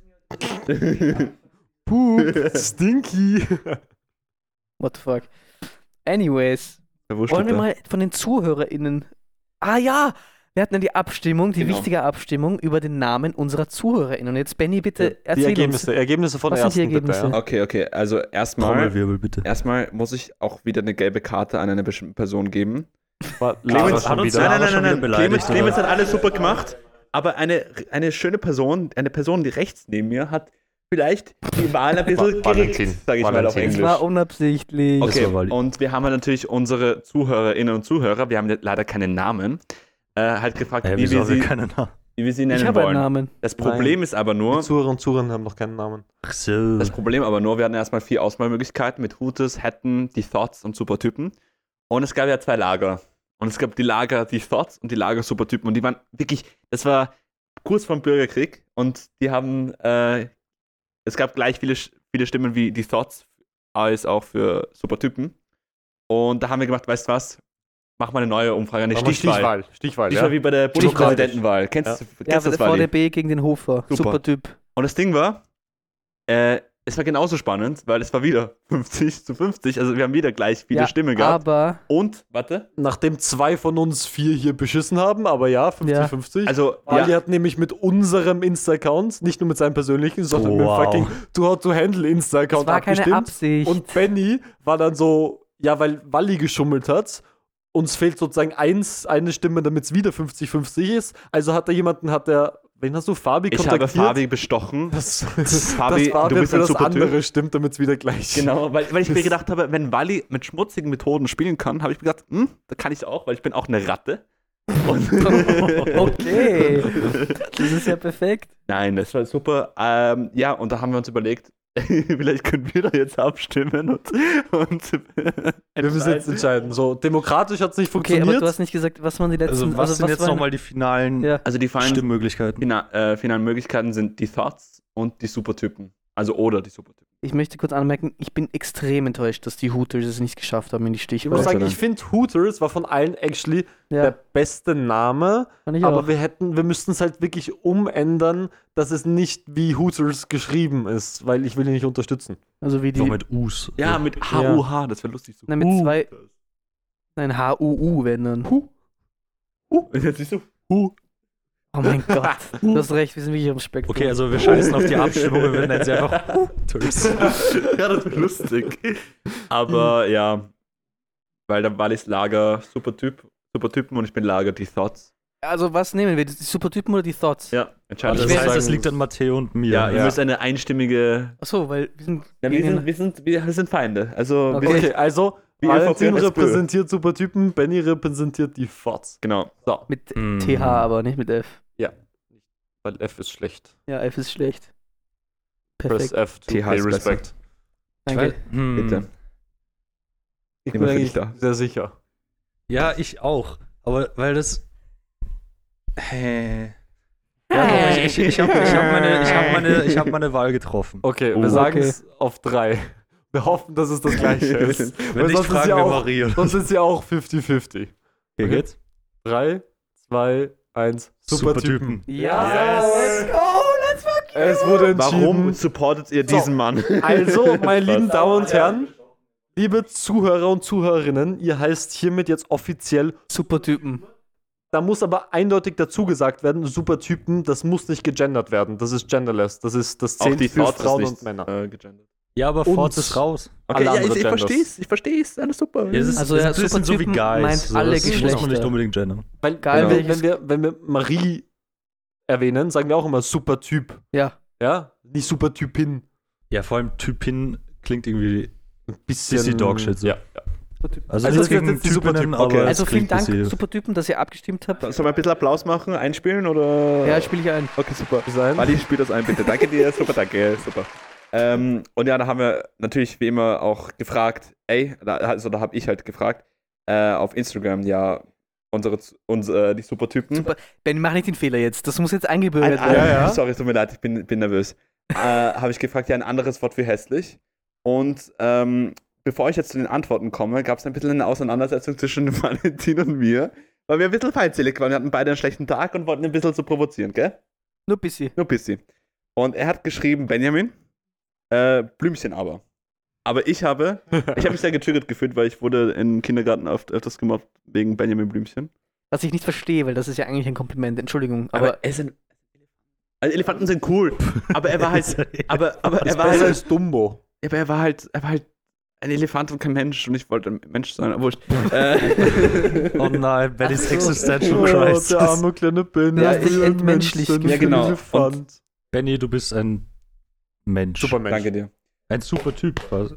C: Stinky.
B: What the fuck. Anyways,
D: Ja, wo
B: wollen
D: steht
B: wir
D: er?
B: mal von den ZuhörerInnen... Ah ja, wir hatten ja die Abstimmung, die
D: Genau.
B: wichtige Abstimmung über den Namen unserer ZuhörerInnen. Und jetzt, Benny, bitte
C: Die
B: erzähl uns.
C: Ergebnisse von
B: Was
C: der
B: sind die
C: ersten, bitte.
B: Ergebnisse?
C: Ja.
D: Okay, also
A: Trommelwirbel, bitte.
D: erstmal muss ich auch wieder eine gelbe Karte an eine bestimmte Person geben.
C: War
A: Clemens
C: Lara
A: hat
C: schon
A: uns-
C: wieder.
A: Nein, schon wieder beleidigt,
D: Clemens
A: oder?
D: hat alles super gemacht, aber eine schöne Person, eine Person, die rechts neben mir, hat vielleicht die Wahl ein bisschen
C: Valentin.
D: gerickt, sage ich mal auf
C: Valentin.
B: Es
D: Englisch.
B: war unabsichtlich.
D: Okay,
A: Das war Wally.
D: und wir haben halt natürlich unsere Zuhörerinnen und Zuhörer, wir haben leider keinen Namen, halt gefragt, wie,
A: wieso
D: wir
A: haben wir
D: sie,
A: keinen Namen?
D: wie wir sie
B: Ich
D: nennen
B: habe einen
D: wollen.
B: Namen.
D: Das Problem ist aber
C: Die
D: nur,
C: Zuhörer und Zuhörerinnen haben noch keinen Namen.
A: Ach so.
D: wir hatten erstmal 4 Auswahlmöglichkeiten mit Hooters, Hatten, die Thoughts und Supertypen. Und es gab ja 2 Lager. Und es gab die Lager, die Thoughts und die Lager Supertypen. Und die waren wirklich, das war kurz vorm Bürgerkrieg. Und die haben, es gab gleich viele Stimmen wie die Thoughts, als auch für Supertypen. Und da haben wir gemacht, weißt du was? Mach mal eine neue Umfrage, eine Stichwahl.
C: Stichwahl,
D: Stichwahl
C: ja.
D: wie bei der Bundespräsidentenwahl. Kennst
B: Ja,
D: du das,
B: der
D: Wally?
B: VDB gegen den Hofer.
D: Super.
B: Super Typ.
D: Und das Ding war, es war genauso spannend, weil es war wieder 50-50. Also wir haben wieder gleich viele
B: Ja,
D: Stimmen gehabt.
B: aber
D: Und, warte,
C: Nachdem 2 von uns 4 hier beschissen haben, aber ja, 50-50.
D: also,
C: Ali
D: ja,
C: hat nämlich mit unserem Insta-Account, nicht nur mit seinem persönlichen, sondern mit dem
A: Wow.
C: fucking Too-Hot-to-Handle
B: es
C: Insta-Account
B: war keine
C: abgestimmt.
B: Absicht.
C: Und Benny war dann so, ja, weil Wally geschummelt hat, uns fehlt sozusagen eine Stimme, damit es wieder 50-50 ist. Also wen hast du, Fabi
D: ich habe
C: kontaktiert?
D: Fabi bestochen.
C: Das
D: Fabi,
C: Fabi
D: du bist
C: für
D: ein
C: das
D: super Typ.
C: andere stimmt, damit es wieder gleich
D: Genau, weil ich mir gedacht habe, wenn Wally mit schmutzigen Methoden spielen kann, habe ich mir gedacht, da kann ich auch, weil ich bin auch eine Ratte. Und
B: Okay. Das ist ja perfekt.
D: Nein, das war super. Ja, und da haben wir uns überlegt, vielleicht können wir da jetzt abstimmen und
C: Wir müssen jetzt entscheiden. So, demokratisch hat es nicht
B: Okay, aber
C: funktioniert.
B: du hast nicht gesagt, was waren die letzten...
A: Also was sind jetzt
B: waren-
A: nochmal die finalen
B: Ja.
D: Also die
A: Stimmmöglichkeiten?
D: finalen Möglichkeiten sind die Thoughts und die Supertypen. Also oder die Supertypen.
B: Ich möchte kurz anmerken, ich bin extrem enttäuscht, dass die Hooters es nicht geschafft haben in die
C: Ich muss
B: Stichwahl.
C: sagen, ich finde Hooters war von allen actually der
B: Ja,
C: beste Name,
B: fand ich
C: aber
B: auch.
C: wir müssten es halt wirklich umändern, dass es nicht wie Hooters geschrieben ist, weil ich will ihn nicht unterstützen.
B: Also wie
A: Doch
B: die...
A: mit Us.
D: Ja, mit H-U-H, das wäre lustig. So.
B: Nein, mit 2... Nein, H-U-U, wenn dann.
D: Jetzt siehst du.
B: Oh mein Gott. Du hast recht, wir sind wirklich am Spektrum.
A: Okay, also wir scheißen auf die Abstimmung, wir nennen sie einfach Hooters.
D: Ja, das wäre lustig. Aber ja, weil dann war ich Lager Supertypen und ich bin Lager die Thoughts.
B: Also was nehmen wir? Die Supertypen oder die Thoughts?
D: Ja, entscheidend.
A: Also
B: Ich
A: das
B: wär-
A: heißt, es liegt an Matteo und mir.
D: Ja, ihr
C: Ja.
D: müsst eine einstimmige.
B: Achso, weil wir sind...
D: Ja,
B: gegen-
D: wir sind Feinde. Also,
B: Okay.
C: Okay, also
D: Wie
C: Valentin
D: LVP.
C: repräsentiert Supertypen, Benny repräsentiert die Fots.
D: genau.
C: So,
B: Mit
A: Mm.
B: TH, aber nicht mit F.
C: weil F ist schlecht.
B: Ja, F ist schlecht.
C: Press
B: Perfekt.
C: F to
D: TH
C: pay
D: ist
C: respect.
B: Danke.
D: Bitte.
C: Ich
D: Immer
C: bin
D: für
C: eigentlich
D: dich da.
C: sehr sicher.
A: Ja, ich auch. Aber weil das. Ja,
B: Hey.
A: doch, ich hab meine Wahl getroffen.
C: Okay,
D: Oh,
C: wir sagen
B: okay.
C: es auf 3. Wir hoffen, dass es das gleiche ist.
A: Wenn nicht,
C: sonst ist
A: fragen
C: ja
A: wir
C: auch-
A: Marie.
C: Sonst ist ja auch 50-50.
A: Okay, geht's?
C: 3, 2, 1. Supertypen.
B: Ja,
C: Yes.
B: let's go, let's fuck.
C: Es wurde entschieden.
D: Warum supportet ihr
C: So.
D: diesen Mann?
C: Also, meine lieben Damen und Herren, liebe Zuhörer und Zuhörerinnen, ihr heißt hiermit jetzt offiziell,
B: Supertypen.
C: da muss aber eindeutig dazu gesagt werden, Supertypen, das muss nicht gegendert werden. Das ist genderless. Das
D: Auch
C: zählt
D: die
C: für
D: Thoughts
C: Frauen
D: ist
C: und
D: nicht
C: Männer.
D: gegendert.
A: Ja, aber
C: Und-
A: Ford ist raus.
D: Okay,
C: Alle
D: ja,
C: anderen
D: ich
C: Genders.
D: versteh's, alles super.
A: Ja, das ist,
B: Also,
A: das
B: ja,
A: ist ein bisschen so wie
B: Supertypen
A: Guys.
B: meint
A: So,
B: alle
A: das muss man
B: Geschlechter.
A: nicht unbedingt gendern.
C: Weil
B: Geil,
C: wenn,
B: welches-
C: wenn wir Marie erwähnen, sagen wir auch immer Supertyp.
B: Ja.
C: Ja, nicht Supertypin.
A: Ja, vor allem Typin klingt irgendwie
C: Ein bisschen.
A: Sissy Dogshit. So.
C: Ja.
A: Also,
C: Also
A: das
C: das wird
A: gegen
C: jetzt die
A: Typinnen,
C: Supertypen.
A: aber
D: Okay.
A: es
B: Also vielen
A: klingt
B: Dank,
A: bisschen-
B: Supertypen, dass ihr abgestimmt habt.
D: Sollen wir ein bisschen Applaus machen, einspielen oder?
B: Ja, spiele ich ein.
D: Okay, super.
C: Sein.
D: Wally, spiel das ein, bitte. Danke dir, super, danke, super. Und ja, da haben wir natürlich wie immer auch gefragt, da habe ich halt gefragt, auf Instagram, ja, die Supertypen.
B: Super. Ben, mach nicht den Fehler jetzt. Das muss jetzt eingebürgert werden.
C: ja.
D: Sorry, tut mir leid, ich bin nervös. Habe ich gefragt, ja, ein anderes Wort für hässlich. Und bevor ich jetzt zu den Antworten komme, gab es ein bisschen eine Auseinandersetzung zwischen Valentin und mir, weil wir ein bisschen feindselig waren. Wir hatten beide einen schlechten Tag und wollten ein bisschen so provozieren, gell?
B: Nur ein bisschen.
D: Nur ein bisschen. Und er hat geschrieben, Benjamin, Blümchen aber. Aber ich habe mich sehr getriggert gefühlt, weil ich wurde im Kindergarten öfters gemobbt wegen Benjamin Blümchen.
B: Was ich nicht verstehe, weil das ist ja eigentlich ein Kompliment. Entschuldigung. Aber
D: also Elefanten sind cool, aber er war halt, aber er
C: Ist
D: war
C: besser
D: halt,
C: als Dumbo.
D: aber er war halt ein Elefant und kein Mensch und ich wollte ein Mensch sein, wurscht.
A: Oh nein, Bennys
B: Ach so.
A: Existential
C: Oh,
A: Crisis.
C: der arme kleine Ben.
B: Der hat
C: ist
B: dich
C: ein
B: entmenschlicht
C: Mensch,
B: gefühlt.
D: Ja, genau.
C: Elefant.
A: Benny, du bist ein Mensch.
C: Supermensch.
D: Danke dir.
A: Ein super Typ. Was?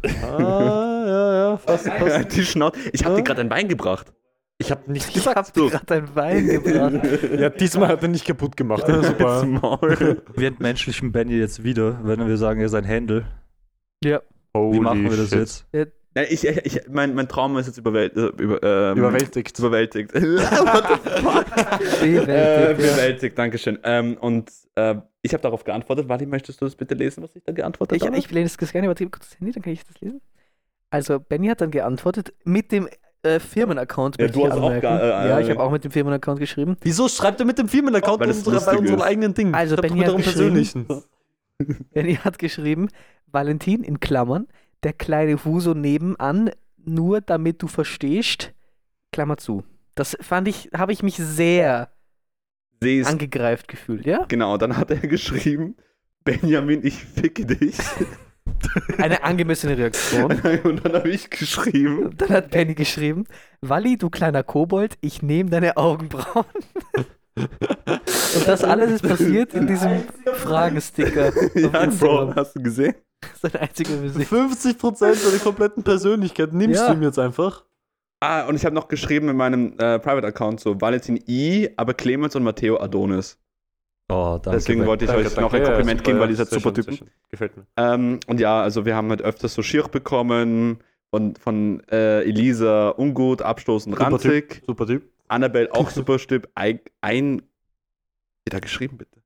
C: Ja, fast.
D: Die Schnauze. Ich habe dir gerade ein Bein gebracht.
C: Ich habe nichts
B: Ich hab dir gerade ein Wein gebracht.
C: Ja, diesmal hat er nicht kaputt gemacht. Ja, super.
D: Maul.
A: Wir entmenschlichen Benny jetzt wieder, wenn wir sagen, er ist ein Händel.
B: Ja.
A: Wie machen wir das jetzt?
D: Nein, mein Traum ist jetzt überwältigt.
C: Überwältigt.
D: What the fuck?
B: Bewältigt, ja.
D: Bewältigt, dankeschön. Ich habe darauf geantwortet. Wally, möchtest du das bitte lesen, was ich da geantwortet habe?
B: Ich lese das gerne, übertrieben kurz das Handy, dann kann ich das lesen. Also, Benny hat dann geantwortet mit dem Firmenaccount.
D: Ja,
B: möchte
D: du
B: ich
D: hast auch
B: anmerken. Ja, ich habe auch mit dem Firmenaccount geschrieben.
C: Wieso schreibt er mit dem Firmenaccount
D: Weil das
C: bei
D: lustig
C: unserem
D: ist.
C: eigenen Ding?
B: Also,
C: Schreibt doch
B: Benny
C: mit
B: hat
C: eurem
B: geschrieben-
C: persönlichen.
B: Benny hat geschrieben, Valentin in Klammern, der kleine Huso nebenan, nur damit du verstehst, Klammer zu. Das habe ich mich sehr
D: Seh's.
B: angegreift gefühlt, ja?
D: Genau, dann hat er geschrieben, Benjamin, ich ficke dich.
B: Eine angemessene Reaktion.
D: Und dann habe ich geschrieben,
B: Dann hat Benny geschrieben, Walli, du kleiner Kobold, ich nehme deine Augenbrauen. Und das alles ist passiert in diesem Fragensticker auf
D: ja, Bro,
B: Instagram.
D: hast du gesehen?
B: Sein einziger Gesicht.
C: 50% seiner kompletten Persönlichkeit nimmst
B: Ja.
C: du ihm jetzt einfach.
D: Ah, und ich habe noch geschrieben in meinem Private-Account so, Valentin I, aber Clemens und Matteo Adonis.
A: Oh, danke.
D: Deswegen
A: Ben.
D: wollte ich euch noch ein Kompliment geben, weil ihr seid super Typen.
C: Gefällt mir.
D: Und ja, also wir haben halt öfters so Schier bekommen von Elisa, ungut, abstoßend,
C: Super
D: ranzig.
C: Super Typ.
D: Annabelle auch super Typ. Steht da geschrieben, bitte?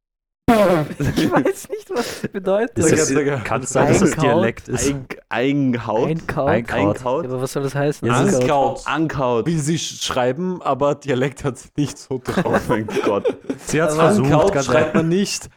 B: Ich weiß nicht, was das bedeutet.
A: Ist das,
C: Sehr gerne.
A: kann es sein, dass es
B: Einkauf?
A: Dialekt ist?
D: Eigenhaut.
B: Einkauf.
A: Einkauf.
B: Ja, aber was soll das heißen?
A: Ja, es ist
B: Einkauf.
D: Ankaut.
C: Will sie schreiben, aber Dialekt hat sie nicht so
D: Oh
C: drauf.
D: mein Gott.
A: Sie hat es
B: Aber
A: versucht,
C: Ankaut
A: ganz
C: schreibt man nicht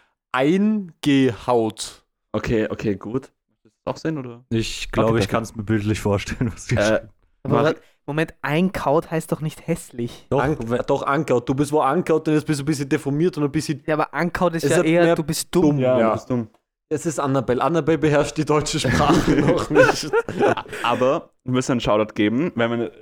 C: eingehaut.
D: Okay, gut. Macht das auch Sinn, oder?
A: Ich glaube,
D: Okay,
A: ich kann es mir bildlich vorstellen, was sie
B: Aber Moment, Einkaut heißt doch nicht hässlich.
A: Doch,
C: Doch, Ankaut. Du bist wo Ankaut, dann bist du ein bisschen deformiert und ein bisschen.
B: Ja, aber Ankaut ist
C: Es
B: ja
C: hat
B: eher,
C: mehr
B: du bist dumm.
C: Ja.
D: du bist dumm.
C: Es ist Annabelle. Annabelle beherrscht die deutsche Sprache noch nicht.
D: Aber wir müssen einen Shoutout geben. Wir haben einen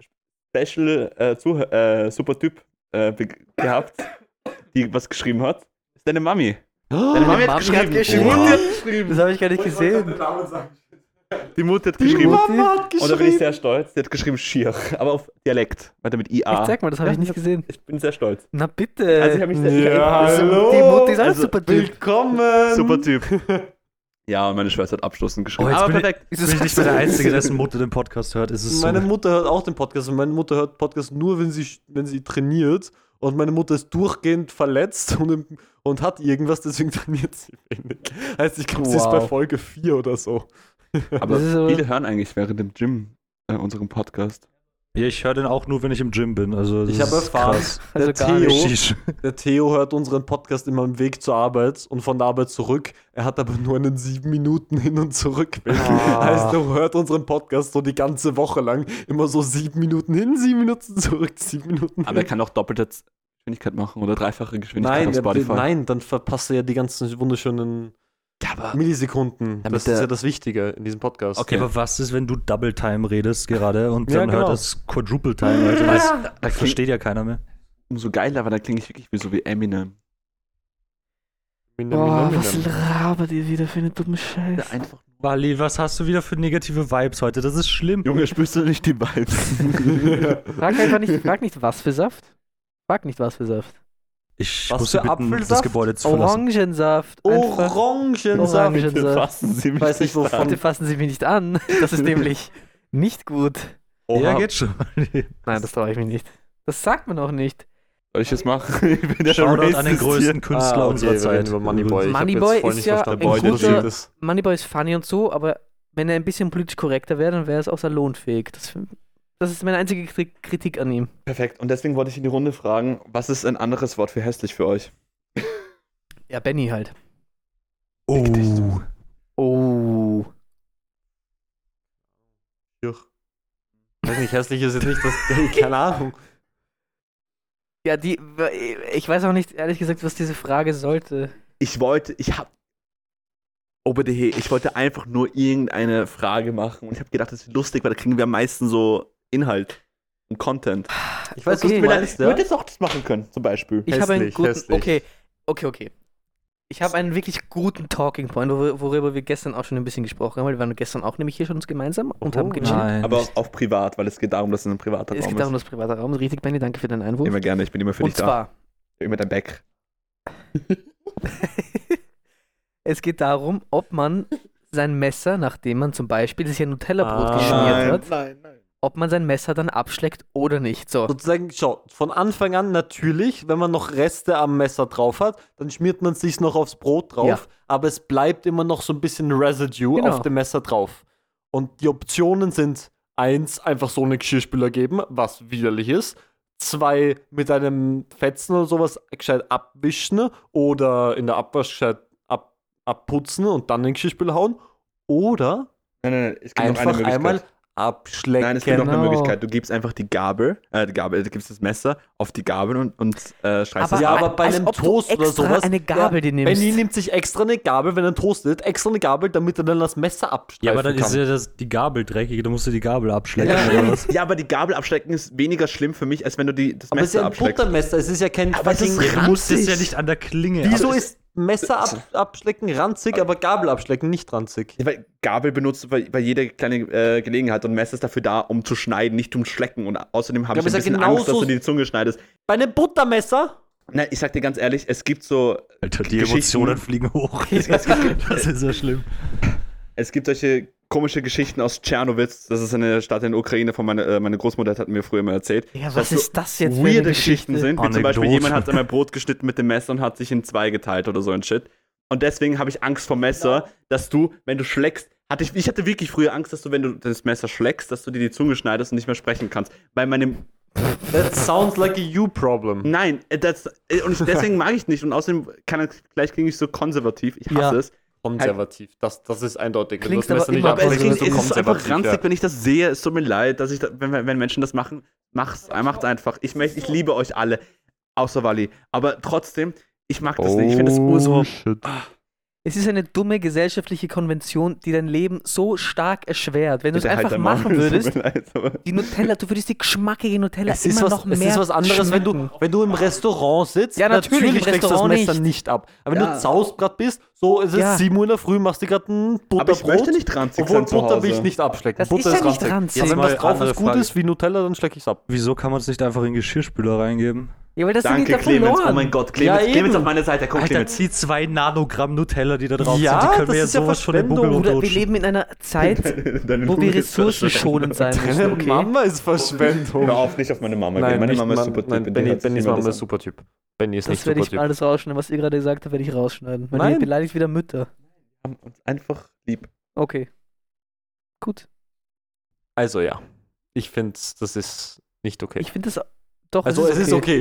D: Special super Typ gehabt, die was geschrieben hat. Das ist deine Mami. Deine Mami hat geschrieben.
B: geschrieben.
D: Die Mutti hat geschrieben.
B: Das habe ich gar nicht gesehen.
D: Die Mutti hat geschrieben.
C: Mama hat
D: Und da bin ich sehr stolz. Sie hat geschrieben Schier, aber auf Dialekt. Weiter mit IA.
B: Ich zeig mal, das habe ich nicht gesehen.
D: Ich bin sehr stolz.
B: Na bitte.
D: Also ich habe mich sehr
C: Ja, hallo.
B: Die Mutti ist auch
D: Also,
B: super Typ.
C: Willkommen.
D: super Typ. Ja, und meine Schwester hat abschließend geschrieben.
A: Oh, jetzt
D: aber
A: bin
D: perfekt.
A: bin ich nicht mehr der Einzige, dessen Mutter den Podcast hört. Ist es
C: Meine
A: so?
C: Mutter hört auch den Podcast und meine Mutter hört Podcast nur, wenn sie trainiert. Und meine Mutter ist durchgehend verletzt und hat irgendwas, deswegen trainiert sie wenig. Heißt, ich glaube, sie ist bei
B: Wow.
C: Folge 4 oder so.
D: Aber
B: Das ist aber-
D: viele hören eigentlich während dem Gym unseren Podcast.
A: Ja, ich höre den auch nur, wenn ich im Gym bin. Also das
C: Ich habe
A: ist
C: erfahren,
A: krass.
B: Also
C: der
B: gar
C: Theo,
A: Sheesh.
C: der Theo hört unseren Podcast immer am Weg zur Arbeit und von der Arbeit zurück. Er hat aber nur einen 7 Minuten hin und zurück Weg. Heißt, er hört unseren Podcast so die ganze Woche lang immer so 7 Minuten hin, 7 Minuten zurück, 7 Minuten
D: Aber er kann auch doppelte Geschwindigkeit machen oder dreifache Geschwindigkeit
C: Nein,
D: auf Spotify.
C: nein, dann verpasst er ja die ganzen wunderschönen
D: Ja, aber
C: Millisekunden.
D: Damit
C: Das ist ja das Wichtige in diesem Podcast.
A: Okay, aber was ist, wenn du Double Time redest gerade und
C: Ja,
A: dann
C: genau.
A: hört das Quadruple Time? Also das versteht ja keiner mehr.
D: umso geiler, weil da klinge ich wirklich wie so wie Eminem.
B: Boah, was labert ihr wieder für eine dumme Scheiße?
D: Einfach
A: Wally, was hast du wieder für negative Vibes heute? Das ist schlimm.
D: Junge, spürst du nicht die Vibes?
B: Frag einfach nicht, frag nicht, was für Saft. Frag nicht, was für Saft.
A: Ich
C: Was
A: muss
C: für
A: Sie bitten, das
C: Apfelsaft?
A: Gebäude zu verlassen.
B: Orangensaft. Einfach.
C: Orangensaft.
B: Orangensaft.
D: Fassen Sie mich
C: Weiß nicht, wovon.
B: Bitte fassen Sie mich nicht an. Das ist nämlich nicht gut.
A: Ja, geht schon.
B: Nein, das traue ich mich nicht. Das sagt man auch nicht.
D: Soll ich das machen? Ich bin der
A: Shoutout an den
D: Racist
A: größten
D: hier.
A: Künstler unserer
C: wir reden
A: Zeit.
C: über Moneyboy. Ich hab
B: Moneyboy
C: jetzt voll
B: ist
C: nicht
B: ja
C: verstanden,
B: ein
C: was du
B: guter-
C: redest.
B: Moneyboy ist funny und so, aber wenn er ein bisschen politisch korrekter wäre, dann wäre es auch salonfähig. Das ist meine einzige Kritik an ihm.
D: Perfekt. Und deswegen wollte ich in die Runde fragen, was ist ein anderes Wort für hässlich für euch?
B: Ja, Benny halt.
A: Oh.
B: Oh.
C: Weiß nicht, hässlich ist jetzt nicht das. Keine Ahnung.
B: Ja, ich weiß auch nicht, ehrlich gesagt, was diese Frage sollte.
D: Ich wollte einfach nur irgendeine Frage machen und ich habe gedacht, das ist lustig, weil da kriegen wir am meisten so Inhalt und Content.
C: Ich weiß,
B: Okay.
C: was du meinst,
D: Ich
C: ja?
D: würde jetzt auch das machen können, zum Beispiel.
B: Ich habe einen
C: Hässlich,
B: guten.
C: hässlich.
B: Okay. Ich habe einen wirklich guten Talking Point, worüber wir gestern auch schon ein bisschen gesprochen haben, weil wir waren gestern auch nämlich hier schon gemeinsam und haben gechillt.
A: Nein.
D: Aber auch privat, weil es geht darum, dass es ein privater
B: Es
D: Raum
B: geht darum,
D: ist.
B: das private Raum. Richtig, Benni, danke für deinen Einwurf.
D: Immer gerne, ich bin immer für
B: Und
D: dich da.
B: zwar,
D: Immer dein Back.
B: es geht darum, ob man sein Messer, nachdem man zum Beispiel, das ist ja Nutella-Brot
C: Ah.
B: geschmiert hat,
D: nein.
B: ob man sein Messer dann abschleckt oder nicht. So.
C: Sozusagen, schau, von Anfang an natürlich, wenn man noch Reste am Messer drauf hat, dann schmiert man es sich noch aufs Brot drauf,
B: Ja.
C: aber es bleibt immer noch so ein bisschen Residue
B: Genau.
C: auf dem Messer drauf. Und die Optionen sind: 1, einfach so einen Geschirrspüler geben, was widerlich ist. 2, mit einem Fetzen oder sowas gescheit abwischen oder in der Abwasch gescheit abputzen und dann den Geschirrspüler hauen. Oder
D: Nein, es gibt noch eine
C: einfach
D: Möglichkeit.
C: einmal abschlecken.
D: Nein, es gibt noch eine
B: Genau.
D: Möglichkeit. Du gibst einfach die Gabel, du gibst das Messer auf die Gabel und streichst es
C: Ja,
D: ab.
C: aber bei
B: als
C: einem
B: ob du
C: Toast oder
B: extra
C: sowas.
B: eine Gabel dir nimmst.
C: Benni nimmt sich extra eine Gabel, wenn er toastet, extra eine Gabel, damit er dann das Messer abstreifen
A: Ja, aber dann
C: kann.
A: ist ja die Gabel dreckig, da musst du die Gabel abschlecken
D: Ja,
A: oder was?
D: ja, aber die Gabel abschlecken ist weniger schlimm für mich, als wenn du das
C: aber es ist
D: Messer
C: ja ein
D: abschleckst.
C: Buttermesser, es ist ja kein
D: Aber das
C: fucking
D: ist
A: Du musst es ja
D: ranzig.
A: nicht an der Klinge.
C: Wieso
A: ab-
C: ist Messer abschlecken ranzig, aber Gabel abschlecken nicht ranzig?
D: Ja, weil Gabel benutzt du bei jeder kleinen Gelegenheit und Messer ist dafür da, um zu schneiden, nicht zum Schlecken. Und außerdem habe
C: Ja,
D: ich
C: aber
D: ein
C: ist ja
D: bisschen Angst, dass
C: genauso-
D: du die Zunge schneidest.
C: Bei einem Buttermesser?
D: Nein, ich sag dir ganz ehrlich, es gibt so
A: Alter, die
D: Geschichten-
A: Emotionen fliegen hoch. Das ist ja schlimm.
D: Es gibt solche komische Geschichten aus Tschernowitz. Das ist eine Stadt in der Ukraine, von meine Großmutter hat mir früher mal erzählt.
B: Ja,
D: dass
B: was
D: so
B: ist das jetzt für eine
D: weirde
B: Geschichte?
D: Geschichten sind, wie zum Beispiel
A: Anekdote.
D: jemand hat einmal Brot geschnitten mit dem Messer und hat sich in 2 geteilt oder so ein Shit. Und deswegen habe ich Angst vor Messer, dass du, wenn du schlägst, ich hatte wirklich früher Angst, dass du, wenn du das Messer schlägst, dass du dir die Zunge schneidest und nicht mehr sprechen kannst. Bei meinem
C: That sounds like a you problem.
D: Nein, deswegen mag ich nicht. Und außerdem gleich klinge ich so konservativ. Ich hasse
B: Ja.
D: es.
C: Konservativ, das ist eindeutig. Wenn du
B: Klingt
C: das Messer
B: aber
C: nicht
B: immer-
D: Aber es,
C: abschlägst,
D: klingt,
C: bist du
D: es ist einfach
C: konservativ,
D: ranzig, wenn ich das sehe. Es tut mir leid, dass wenn Menschen das machen. Macht's einfach. Ich liebe euch alle. Außer Wally. Aber trotzdem, ich mag das nicht. Ich finde das so.
C: shit.
B: Es ist eine dumme gesellschaftliche Konvention, die dein Leben so stark erschwert. Wenn du es
D: Bitte halt
B: einfach
D: dein Maul,
B: machen
D: es tut
B: würdest,
D: mir leid, aber-
B: die Nutella, du würdest die geschmackige Nutella
C: Es ist,
B: immer
C: was,
B: noch
C: es
B: mehr
C: ist was anderes, wenn du im Restaurant sitzt.
B: Ja, natürlich, im
C: schlägst du das
B: Restaurant
C: Messer
B: nicht.
C: nicht ab. Aber wenn
D: Ja.
C: du zaust gerade bist, so es ist
B: Ja.
C: 7 Uhr in der Früh, machst du gerade ein
D: Aber ich
C: Butterbrot.
D: möchte nicht ranzig
C: Obwohl
D: sein zu
C: Butter will ich
D: Hause.
C: nicht abschlecken.
B: Das
C: Butter
B: ist ja nicht ranzig.
C: Ja, wenn
A: Jetzt
C: was
A: mal
C: drauf
A: andere
C: ist, gut
A: Frage.
C: ist, wie Nutella, dann schlecke ich es ab.
A: Wieso kann man es nicht einfach in den Geschirrspüler reingeben?
B: Ja, weil das sind
D: Danke,
B: die da
D: Clemens.
B: verloren.
D: Oh mein Gott,
C: Ja,
D: Clemens, Clemens
C: eben.
D: auf meiner Seite. Komm,
A: Alter,
D: Clemens.
A: die 2 Nanogramm Nutella, die da drauf
C: Ja,
A: sind, die können
C: das
A: mir
C: ist
A: jetzt
C: ja
A: sowas von den
C: Verschwendung.
A: Buckel
B: Bruder, wir
A: runterrutschen.
B: leben in einer Zeit,
D: Deine
B: wo wir
D: Lunge ist
B: ressourcenschonend sein müssen,
C: Deine
B: okay?
C: Mama ist Verschwendung.
D: Hör auf, nicht auf meine Mama gehen.
C: Nein,
D: Meine
C: nicht
D: Mama ist
C: Mann-
D: super Typ.
C: Nein,
D: und die hört sich
C: Bennys
D: immer
C: Mama
D: das
C: ist
D: an.
C: super Typ. Benny ist nicht
B: Das werde
C: super
B: ich
C: Typ.
B: alles rausschneiden. Was ihr gerade gesagt habt, werde ich rausschneiden. Weil
C: Nein.
B: ihr beleidigt wieder Mütter.
D: Wir haben uns einfach lieb.
B: Okay. Gut.
C: Also ja, ich finde, das ist nicht okay.
B: Ich finde das doch.
C: Also es ist okay.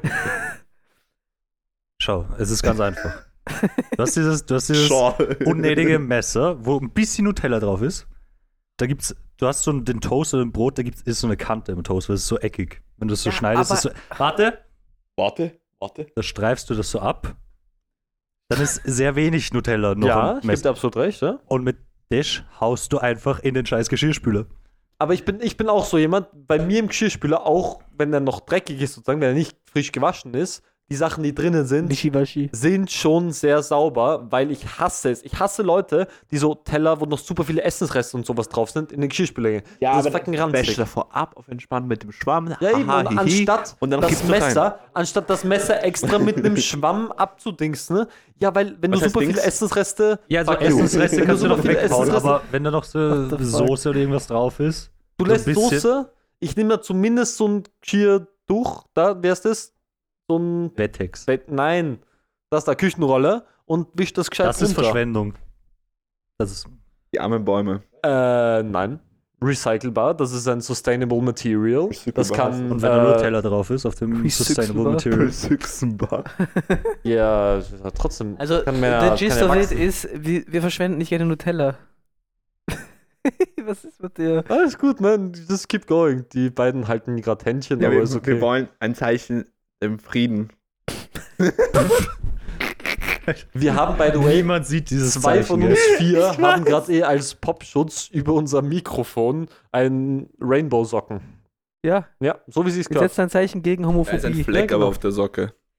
A: Schau, es ist ganz einfach. Du hast dieses
D: Schau.
A: unnötige Messer, wo ein bisschen Nutella drauf ist. Du hast so den Toast oder ein Brot, ist so eine Kante im Toast, weil es ist so eckig. Wenn du es so
B: Ja,
A: schneidest, ist so, warte,
D: Warte.
A: da streifst du das so ab. Dann ist sehr wenig Nutella noch
C: Ja,
A: im
C: ich gebe
A: Messer.
C: dir absolut recht, ja.
A: Und mit Dash haust du einfach in den scheiß Geschirrspüler.
C: Aber ich bin auch so jemand, bei mir im Geschirrspüler, auch wenn er noch dreckig ist, sozusagen, wenn er nicht frisch gewaschen ist, die Sachen, die drinnen sind,
B: Wischiwaschi.
C: sind schon sehr sauber, weil ich hasse es. Ich hasse Leute, die so Teller, wo noch super viele Essensreste und sowas drauf sind, in den Geschirrspüler gehen. das ist fucking ranzig.
D: Wäsch davor ab, auf entspannt mit dem Schwamm.
C: Ja, eben,
D: Aha,
C: und
D: hihi. Und dann
C: das
D: gibst du rein.
C: Messer, anstatt das Messer extra mit einem Schwamm abzudingsen, ne? Ja, weil wenn
D: Was
C: du
D: heißt
C: super viele
D: Dings?
C: Essensreste,
A: Ja, also
C: fuck you.
A: Essensreste
C: Wenn
A: kannst du
C: super
A: noch
C: viele
A: weghauen,
C: Essensreste-
A: aber wenn da noch so
B: What the fuck?
A: Soße oder irgendwas drauf ist,
C: du
A: so ein
C: lässt
A: bisschen-
C: Soße, ich nehme da zumindest so ein Geschirrtuch, da, wer ist das? So ein,
A: Wettex.
C: nein, das ist da Küchenrolle und wisch das gescheit
A: Das ist
C: runter.
A: Verschwendung. Das ist
D: Die armen Bäume.
C: Nein. Recycelbar, das ist ein Sustainable Material. Das
D: Recycelbar.
C: kann,
A: Und wenn da Nutella drauf ist, auf dem
B: Recycelbar.
A: Sustainable Material.
D: Süchsenbar.
C: ja, das hat trotzdem.
B: Also,
C: kann mehr-
B: der Gist
C: kann
B: of it
C: wachsen.
B: ist, wir verschwenden nicht gerne Nutella. Was ist mit dir?
C: Alles gut, man, just keep going. Die beiden halten gerade Händchen,
D: Ja,
C: aber
D: wir,
C: ist okay.
D: wir wollen ein Zeichen im Frieden.
C: Wir haben, by the way,
A: Niemand sieht dieses
C: 2 von
A: Zeichen,
C: uns
A: gell?
C: 4 haben gerade als Popschutz über unser Mikrofon einen Rainbow-Socken.
B: Ja,
C: Ja, so wie sie es
B: wir
C: gehört.
B: setzen ein Zeichen gegen
D: Da ist ein
B: Homophobie.
D: Fleck
C: Ja, genau.
D: aber auf der Socke.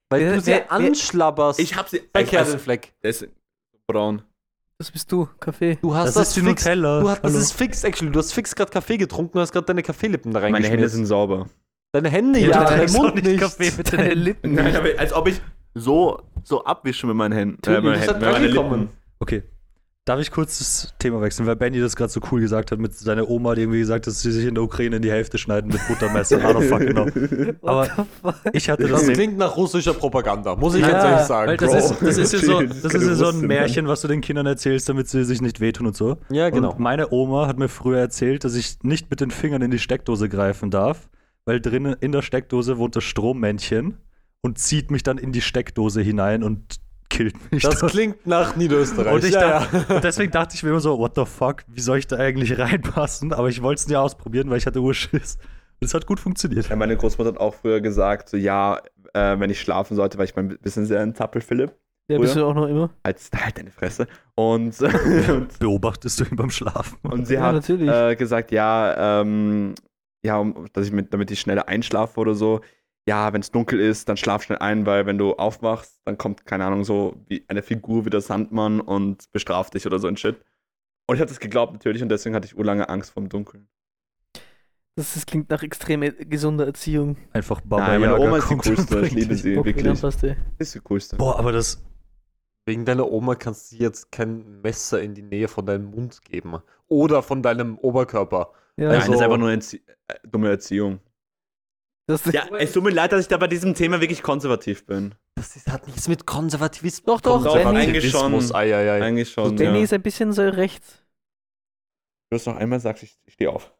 C: Weil
B: Wer-
C: du sie
B: wer-
C: anschlabberst.
D: Ich hab sie.
C: Verkehr
D: Also,
C: den Fleck.
D: der ist braun.
B: Das bist du, Kaffee.
C: Du hast
A: Das ist die
C: fix.
A: Nutella.
C: Das
A: Hallo.
C: ist fix, actually. Du hast fix gerade Kaffee getrunken, du hast gerade deine Kaffeelippen da
D: Meine
C: reingeschmissen.
D: Hände sind sauber.
C: Deine Hände,
A: Ja,
C: ja,
A: du
C: dein
A: trinkst
C: Mund
A: auch nicht
C: nicht.
A: Kaffee mit
B: Deine
A: den
B: Lippen.
D: Nein, aber als ob ich so abwische mit meinen Händen.
C: Du bist halt reingekommen.
A: Okay. Darf ich kurz das Thema wechseln, weil Benny das gerade so cool gesagt hat mit seiner Oma, die irgendwie gesagt hat, dass sie sich in der Ukraine in die Hälfte schneiden mit Buttermesser. I don't fucking know. Aber
B: What the fuck?
A: ich hatte
C: Das
A: das
C: klingt nach russischer Propaganda, muss ich
B: Ja,
C: jetzt ehrlich sagen.
A: weil das
C: Bro.
A: ist ja so,
D: Das
A: das
D: kann
A: ist ja so
D: Russin,
A: ein
D: ne?
A: Märchen, was du den Kindern erzählst, damit sie sich nicht wehtun und so.
C: Ja, genau.
A: Und meine Oma hat mir früher erzählt, dass ich nicht mit den Fingern in die Steckdose greifen darf, weil drinnen in der Steckdose wohnt das Strommännchen und zieht mich dann in die Steckdose hinein und killt mich.
C: Das
A: dann.
C: klingt nach Niederösterreich.
A: Und,
C: ja.
A: und deswegen dachte ich mir immer so, what the fuck, wie soll ich da eigentlich reinpassen? Aber ich wollte es nie ausprobieren, weil ich hatte Urschiss. Und es hat gut funktioniert.
D: Ja, meine Großmutter hat auch früher gesagt, so ja, wenn ich schlafen sollte, weil ich mein bisschen sehr ein Zappel-Philipp.
B: Ja, bist du auch noch immer?
D: Halt deine Fresse. Und
A: Beobachtest du ihn beim Schlafen?
D: Und sie
B: Ja,
D: hat
B: natürlich.
D: gesagt, ja, damit ich schneller einschlafe oder so. Ja, wenn es dunkel ist, dann schlaf schnell ein, weil wenn du aufwachst, dann kommt, keine Ahnung, so wie eine Figur wie der Sandmann und bestraft dich oder so ein Shit. Und ich habe das geglaubt natürlich und deswegen hatte ich urlange Angst vorm Dunkeln.
B: Das klingt nach extrem gesunder Erziehung.
A: Einfach Baba
D: Nein, meine
A: Yaga
D: Oma ist die
A: kommt und
D: coolste, ich
A: bringt
D: liebe
A: dich.
D: sie,
B: Okay, dann
D: wirklich.
B: passt der.
D: Das ist die coolste.
A: Boah, aber das,
C: Wegen deiner Oma kannst du jetzt kein Messer in die Nähe von deinem Mund geben. Oder von deinem Oberkörper.
B: Ja,
D: Nein,
C: Also-
D: das ist einfach nur dumme Erziehung.
B: das
D: Ja, es tut mir leid, dass ich da bei diesem Thema wirklich konservativ bin.
C: Hat nichts mit Konservativismus.
B: Doch, doch,
D: eigentlich schon.
C: Eieiei.
D: Eigentlich schon,
B: Danny
D: ja.
B: ist ein bisschen so rechts.
D: Du hast noch einmal sagst, ich stehe auf.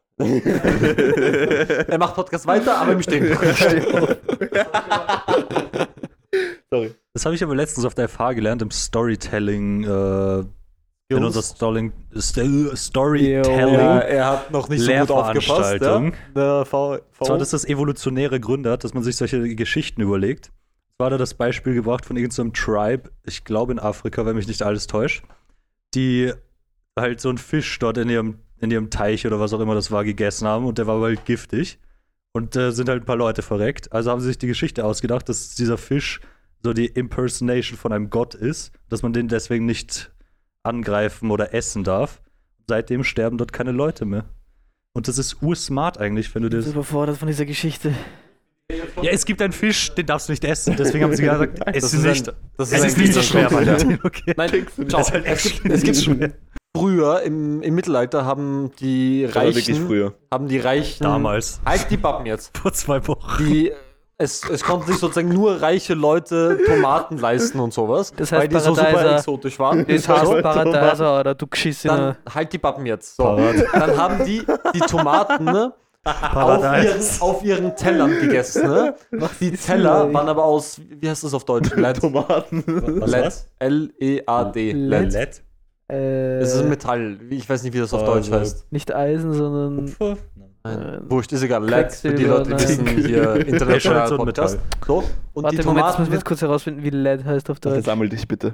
C: Er macht Podcast weiter, aber im Stehen.
D: Sorry.
A: das habe ich aber letztens auf der FH gelernt, im Storytelling, in unserer Storytelling.
C: Ja, er hat noch nicht so gut aufgepasst.
A: Lehrveranstaltung.
C: Der V.
A: Zwar, dass das evolutionäre Gründe hat, dass man sich solche Geschichten überlegt. Es war da das Beispiel gebracht von irgendeinem Tribe, ich glaube in Afrika, wenn mich nicht alles täuscht, die halt so einen Fisch dort in ihrem Teich oder was auch immer das war, gegessen haben und der war halt giftig. Und sind halt ein paar Leute verreckt. Also haben sie sich die Geschichte ausgedacht, dass dieser Fisch so die Impersonation von einem Gott ist, dass man den deswegen nicht angreifen oder essen darf. Seitdem sterben dort keine Leute mehr. Und das ist ursmart eigentlich, wenn du
B: Ich bin
A: das.
B: überfordert von dieser Geschichte.
A: Ja, es gibt einen Fisch, den darfst du nicht essen. Deswegen haben sie gesagt, es ist nicht.
C: Das
A: Es ist nicht so schwer, Alter. Okay.
C: Nein, schau,
A: Das ist halt
C: es gibt
A: schwer.
C: früher, im Mittelalter, haben die
D: Das war wirklich
C: Reichen,
D: früher.
C: Damals. Halt die Pappen jetzt.
A: Vor 2 Wochen.
C: Es konnten sich sozusagen nur reiche Leute Tomaten leisten und sowas,
B: Das heißt
C: weil die so super
B: Paradeiser.
C: exotisch waren.
B: Das heißt Paradeiser oder du geschissener.
C: Dann halt die Pappen jetzt. So.
A: Parad-
C: Dann haben die Tomaten ne,
A: Paradise.
C: auf ihren Tellern gegessen. Ne? Die Teller waren aber aus, wie heißt das auf Deutsch? LED.
D: Tomaten.
C: LED. L-E-A-D. LED.
A: LED?
C: Es ist ein Metall. Ich weiß nicht, wie das auf Deutsch
A: Also-
C: heißt.
B: Nicht Eisen, sondern
A: Kupfer?
C: Nein, wurscht, ist egal. LED, für die
B: Quecksilber,
C: Leute, die
B: nein.
C: wissen, hier international
A: so ein
C: Podcast. So, und
B: Warte,
C: die
B: Moment, jetzt
C: Tomaten,
B: müssen wir jetzt kurz herausfinden, wie LED heißt auf
D: Warte,
B: Deutsch.
D: sammel dich bitte.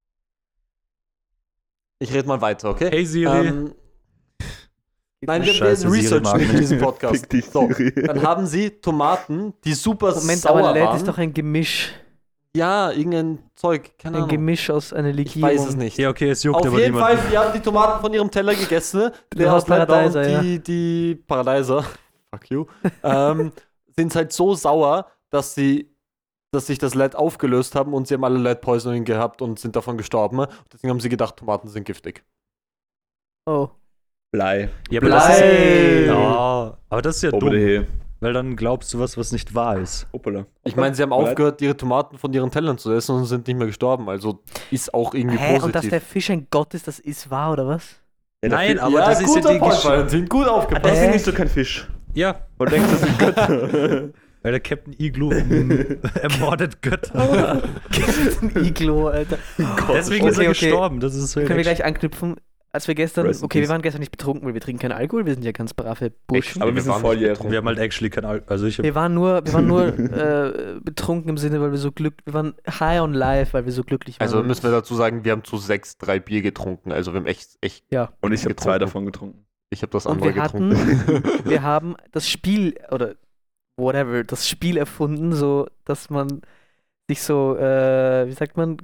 C: ich rede mal weiter, okay?
A: Hey Siri.
C: Nein, wir
A: Scheiße, Siri
C: researchen
A: mag
C: in
A: mich.
C: diesem Podcast.
D: Fick dich,
C: So,
D: Siri.
C: dann haben sie Tomaten, die super
B: Moment,
C: sauer
B: aber LED
C: waren.
B: ist doch ein Gemisch.
C: Ja, irgendein Zeug, keine
B: Ein
C: Ahnung.
B: Gemisch aus einer
C: Ich
B: Legierung.
C: weiß es nicht.
A: Ja, okay, es juckt
C: Auf
A: aber
C: jeden Fall,
A: niemand.
C: wir haben die Tomaten von ihrem Teller gegessen. Ne?
B: Du
C: Der
B: hast
C: aus LED war und
B: Paradeiser,
C: die Paradeiser, fuck you, sind halt so sauer, dass sich das LED aufgelöst haben und sie haben alle LED Poisoning gehabt und sind davon gestorben. Ne? Deswegen haben sie gedacht, Tomaten sind giftig.
B: Oh.
D: Blei.
A: Ja, aber das ist,
C: Blei.
A: ja, aber das ist ja dumm,
D: Obere.
A: weil dann glaubst du was nicht wahr ist.
D: Hoppala.
C: Ich meine, sie haben
D: Blei.
C: aufgehört, ihre Tomaten von ihren Tellern zu essen und sind nicht mehr gestorben. Also ist auch irgendwie
B: Hä, und dass
C: positiv.
B: der Fisch ein Gott ist, das ist wahr, oder was?
D: Ja, der
A: Nein,
D: Fisch-
A: aber das ist ja die Geschichte.
C: Valentin, gut
D: Aber
C: aufgepasst.
D: deswegen bist du kein Fisch.
A: Ja,
D: Weil du denkst, das sind Götter.
A: weil der Captain Igloo ermordet Götter.
B: Ein Iglo, Alter.
A: Deswegen ist er
B: Okay, okay.
A: gestorben. Das ist so
B: Können wir gleich anknüpfen? Als wir gestern,
D: Rest in
B: okay, wir
D: peace.
B: waren gestern nicht betrunken, weil wir trinken keinen Alkohol, wir sind ja ganz brave Burschen.
D: Aber wir sind volljährig.
A: Wir haben halt actually kein also ich hab,
B: Wir waren nur betrunken im Sinne, weil wir so wir waren high on life, weil wir so glücklich waren.
C: Also müssen wir dazu sagen, wir haben zu 6 3 Bier getrunken. Also wir haben echt
D: Und ich habe 2
C: getrunken.
D: davon getrunken.
C: ich habe das
B: Und
C: andere
B: wir
C: getrunken.
B: wir haben das Spiel, oder whatever, das Spiel erfunden, so dass man sich so, wie sagt man,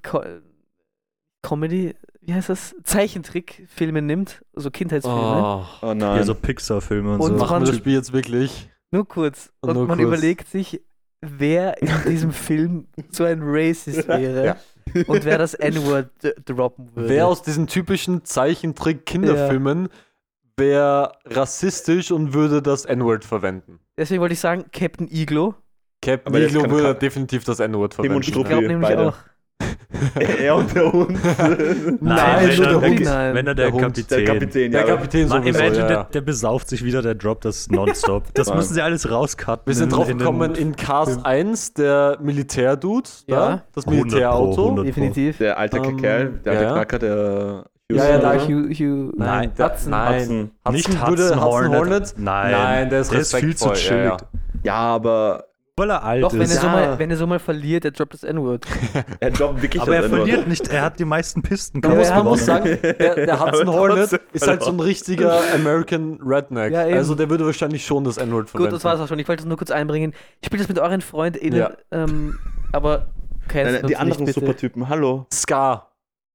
B: Comedy, wie heißt das? Zeichentrickfilme nimmt, so Kindheitsfilme.
C: Oh,
D: Oh nein.
A: Hier so Pixar-Filme und
B: Und
A: so.
B: mach-
C: machen wir das Spiel jetzt wirklich?
B: Nur kurz. Und
C: Nur
B: man
C: kurz.
B: überlegt sich, wer in diesem Film so ein Racist wäre
C: Ja.
B: und wer das N-Word droppen würde.
C: Wer aus diesen typischen Zeichentrick-Kinderfilmen wäre rassistisch und würde das N-Word verwenden?
B: Deswegen wollte ich sagen, Captain Iglo.
C: Captain
D: Aber jetzt
C: Iglo
D: kann-
C: würde
D: kann-
C: definitiv das N-Word
D: Tim und
C: verwenden.
B: Ich
D: Struppi.
B: glaube nämlich
D: beide.
B: auch.
D: Er und der Hund.
B: Nein,
A: wenn,
B: nur
A: er,
B: der Hund. Nein.
A: wenn er der,
C: Der Hund,
A: Kapitän.
D: Der Kapitän,
C: Der
D: ja.
C: Kapitän
A: Man,
C: sowieso,
A: imagine,
C: ja.
A: der besauft sich wieder, der droppt das nonstop. Das
D: Mann.
A: müssen sie alles rauscutten.
C: Wir sind
A: in-
C: drauf
A: in den-
C: gekommen in Cast 1, der Militärdude,
B: Ja.
C: da, das
A: 100 Pro,
C: Militärauto.
A: 100
B: Definitiv.
D: Der alte Kerl, der alte
C: ja.
D: Knacker, der
C: Ja, ja, da-
B: Hugh
C: Nein,
B: Hudson.
C: nein.
D: Hudson.
A: Nicht
C: würde
A: Hudson Hornet.
C: Nein,
A: Nein,
C: der ist
A: viel zu
C: respektvoll,
A: chillig.
C: ja, ja.
D: Ja, aber
A: Weil er alt
B: Doch, wenn er,
A: ist.
B: so
D: Ja.
B: mal, wenn er so mal verliert, der droppt das N-Word.
D: er droppt wirklich
A: Aber er
D: das N-Wort.
A: verliert nicht, er hat die meisten Pisten.
B: Ja,
C: Man
B: aber
C: muss
B: er
C: sagen, der Hudson
D: Aber
C: Hornet
D: trotzdem
C: ist halt so ein richtiger American Redneck.
B: Ja, eben.
C: Also der würde wahrscheinlich schon das N-Word verwenden.
B: Gut, das war's auch schon. Ich wollte das nur kurz einbringen. Spielt das mit euren FreundInnen,
C: Ja.
B: aber
D: Nein,
B: kennt
D: die anderen Supertypen, hallo.
C: Scar.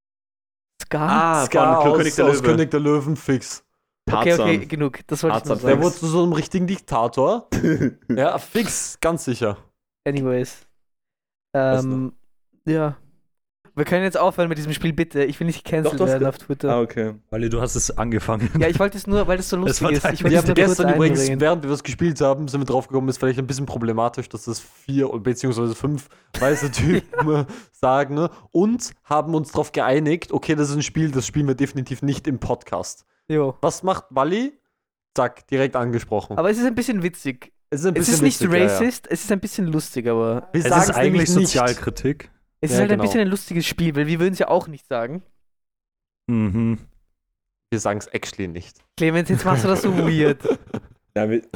B: Ska?
C: Scar
D: von
C: aus,
D: König der
C: aus
D: Löwe.
C: König der Löwen fix.
B: Okay,
D: Tarzan.
B: genug. Das wollte ich nur
D: Tarzan.
C: Der
B: sagen.
C: wurde zu so einem richtigen Diktator. Ja, fix, ganz sicher.
B: Anyways.
D: Was
B: Ja. Wir können jetzt aufhören mit diesem Spiel, bitte. Ich will nicht gecancelt
D: Doch, das-
B: werden auf Twitter.
D: Ah, okay.
A: Weil du hast es angefangen.
B: Ja, ich wollte es nur, weil es so lustig
A: war
B: ist.
A: dein-
B: Ich wollte
C: Wir
B: es
C: haben
B: nur kurz
C: gestern übrigens,
B: einbringen.
C: während wir das gespielt haben, sind wir draufgekommen, ist vielleicht ein bisschen problematisch, dass das 4 bzw. 5 weiße Typen sagen, ne? Und haben uns darauf geeinigt, okay, das ist ein Spiel, das spielen wir definitiv nicht im Podcast.
B: Jo.
C: Was macht Wally? Zack, direkt angesprochen.
B: Aber es ist ein bisschen witzig.
C: Es ist, ein
B: Es
C: bisschen
B: ist nicht
C: witzig, ja, ja.
B: racist, es ist ein bisschen lustig, aber
C: Wir
A: Es
C: sagen
A: ist eigentlich
C: nämlich nicht.
A: Sozialkritik.
B: es
C: Ja,
B: ist halt
C: genau.
B: ein bisschen ein lustiges Spiel, weil wir würden es ja auch nicht sagen.
A: Mhm.
C: Wir sagen es actually nicht.
B: Clemens, jetzt machst du das so weird.
D: Ja, wir,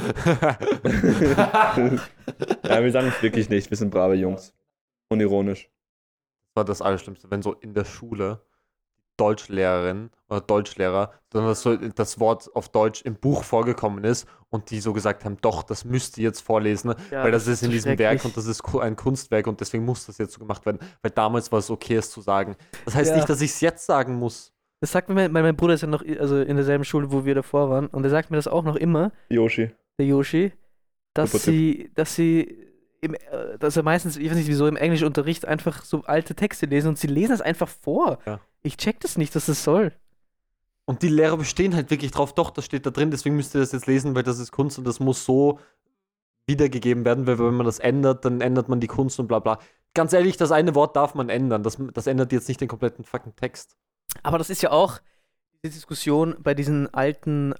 D: ja, wir sagen es wirklich nicht. Wir sind brave Jungs. Unironisch.
C: Das war das Allerschlimmste, wenn so in der Schule Deutschlehrerin oder Deutschlehrer, sondern dass so das Wort auf Deutsch im Buch vorgekommen ist und die so gesagt haben, doch, das müsst ihr jetzt vorlesen,
B: Ja,
C: weil das ist in
B: so
C: diesem Werk
B: schrecklich.
C: und das ist ein Kunstwerk und deswegen muss das jetzt so gemacht werden, weil damals war es okay, es zu sagen. Das heißt
B: Ja.
C: nicht, dass ich es jetzt sagen muss.
B: Das sagt mir mein Bruder ist ja noch also in derselben Schule, wo wir davor waren, und er sagt mir das auch noch immer,
D: Yoshi.
B: der Yoshi, dass
D: Super Typ.
B: dass er meistens, ich weiß nicht wieso, im Englischunterricht einfach so alte Texte lesen und sie lesen das einfach vor.
C: Ja.
B: Ich check das nicht, was das soll.
C: Und die Lehrer bestehen halt wirklich drauf, doch, das steht da drin, deswegen müsst ihr das jetzt lesen, weil das ist Kunst und das muss so wiedergegeben werden, weil wenn man das ändert, dann ändert man die Kunst und bla bla. Ganz ehrlich, das eine Wort darf man ändern, das ändert jetzt nicht den kompletten fucking Text.
B: Aber das ist ja auch diese Diskussion bei diesen alten,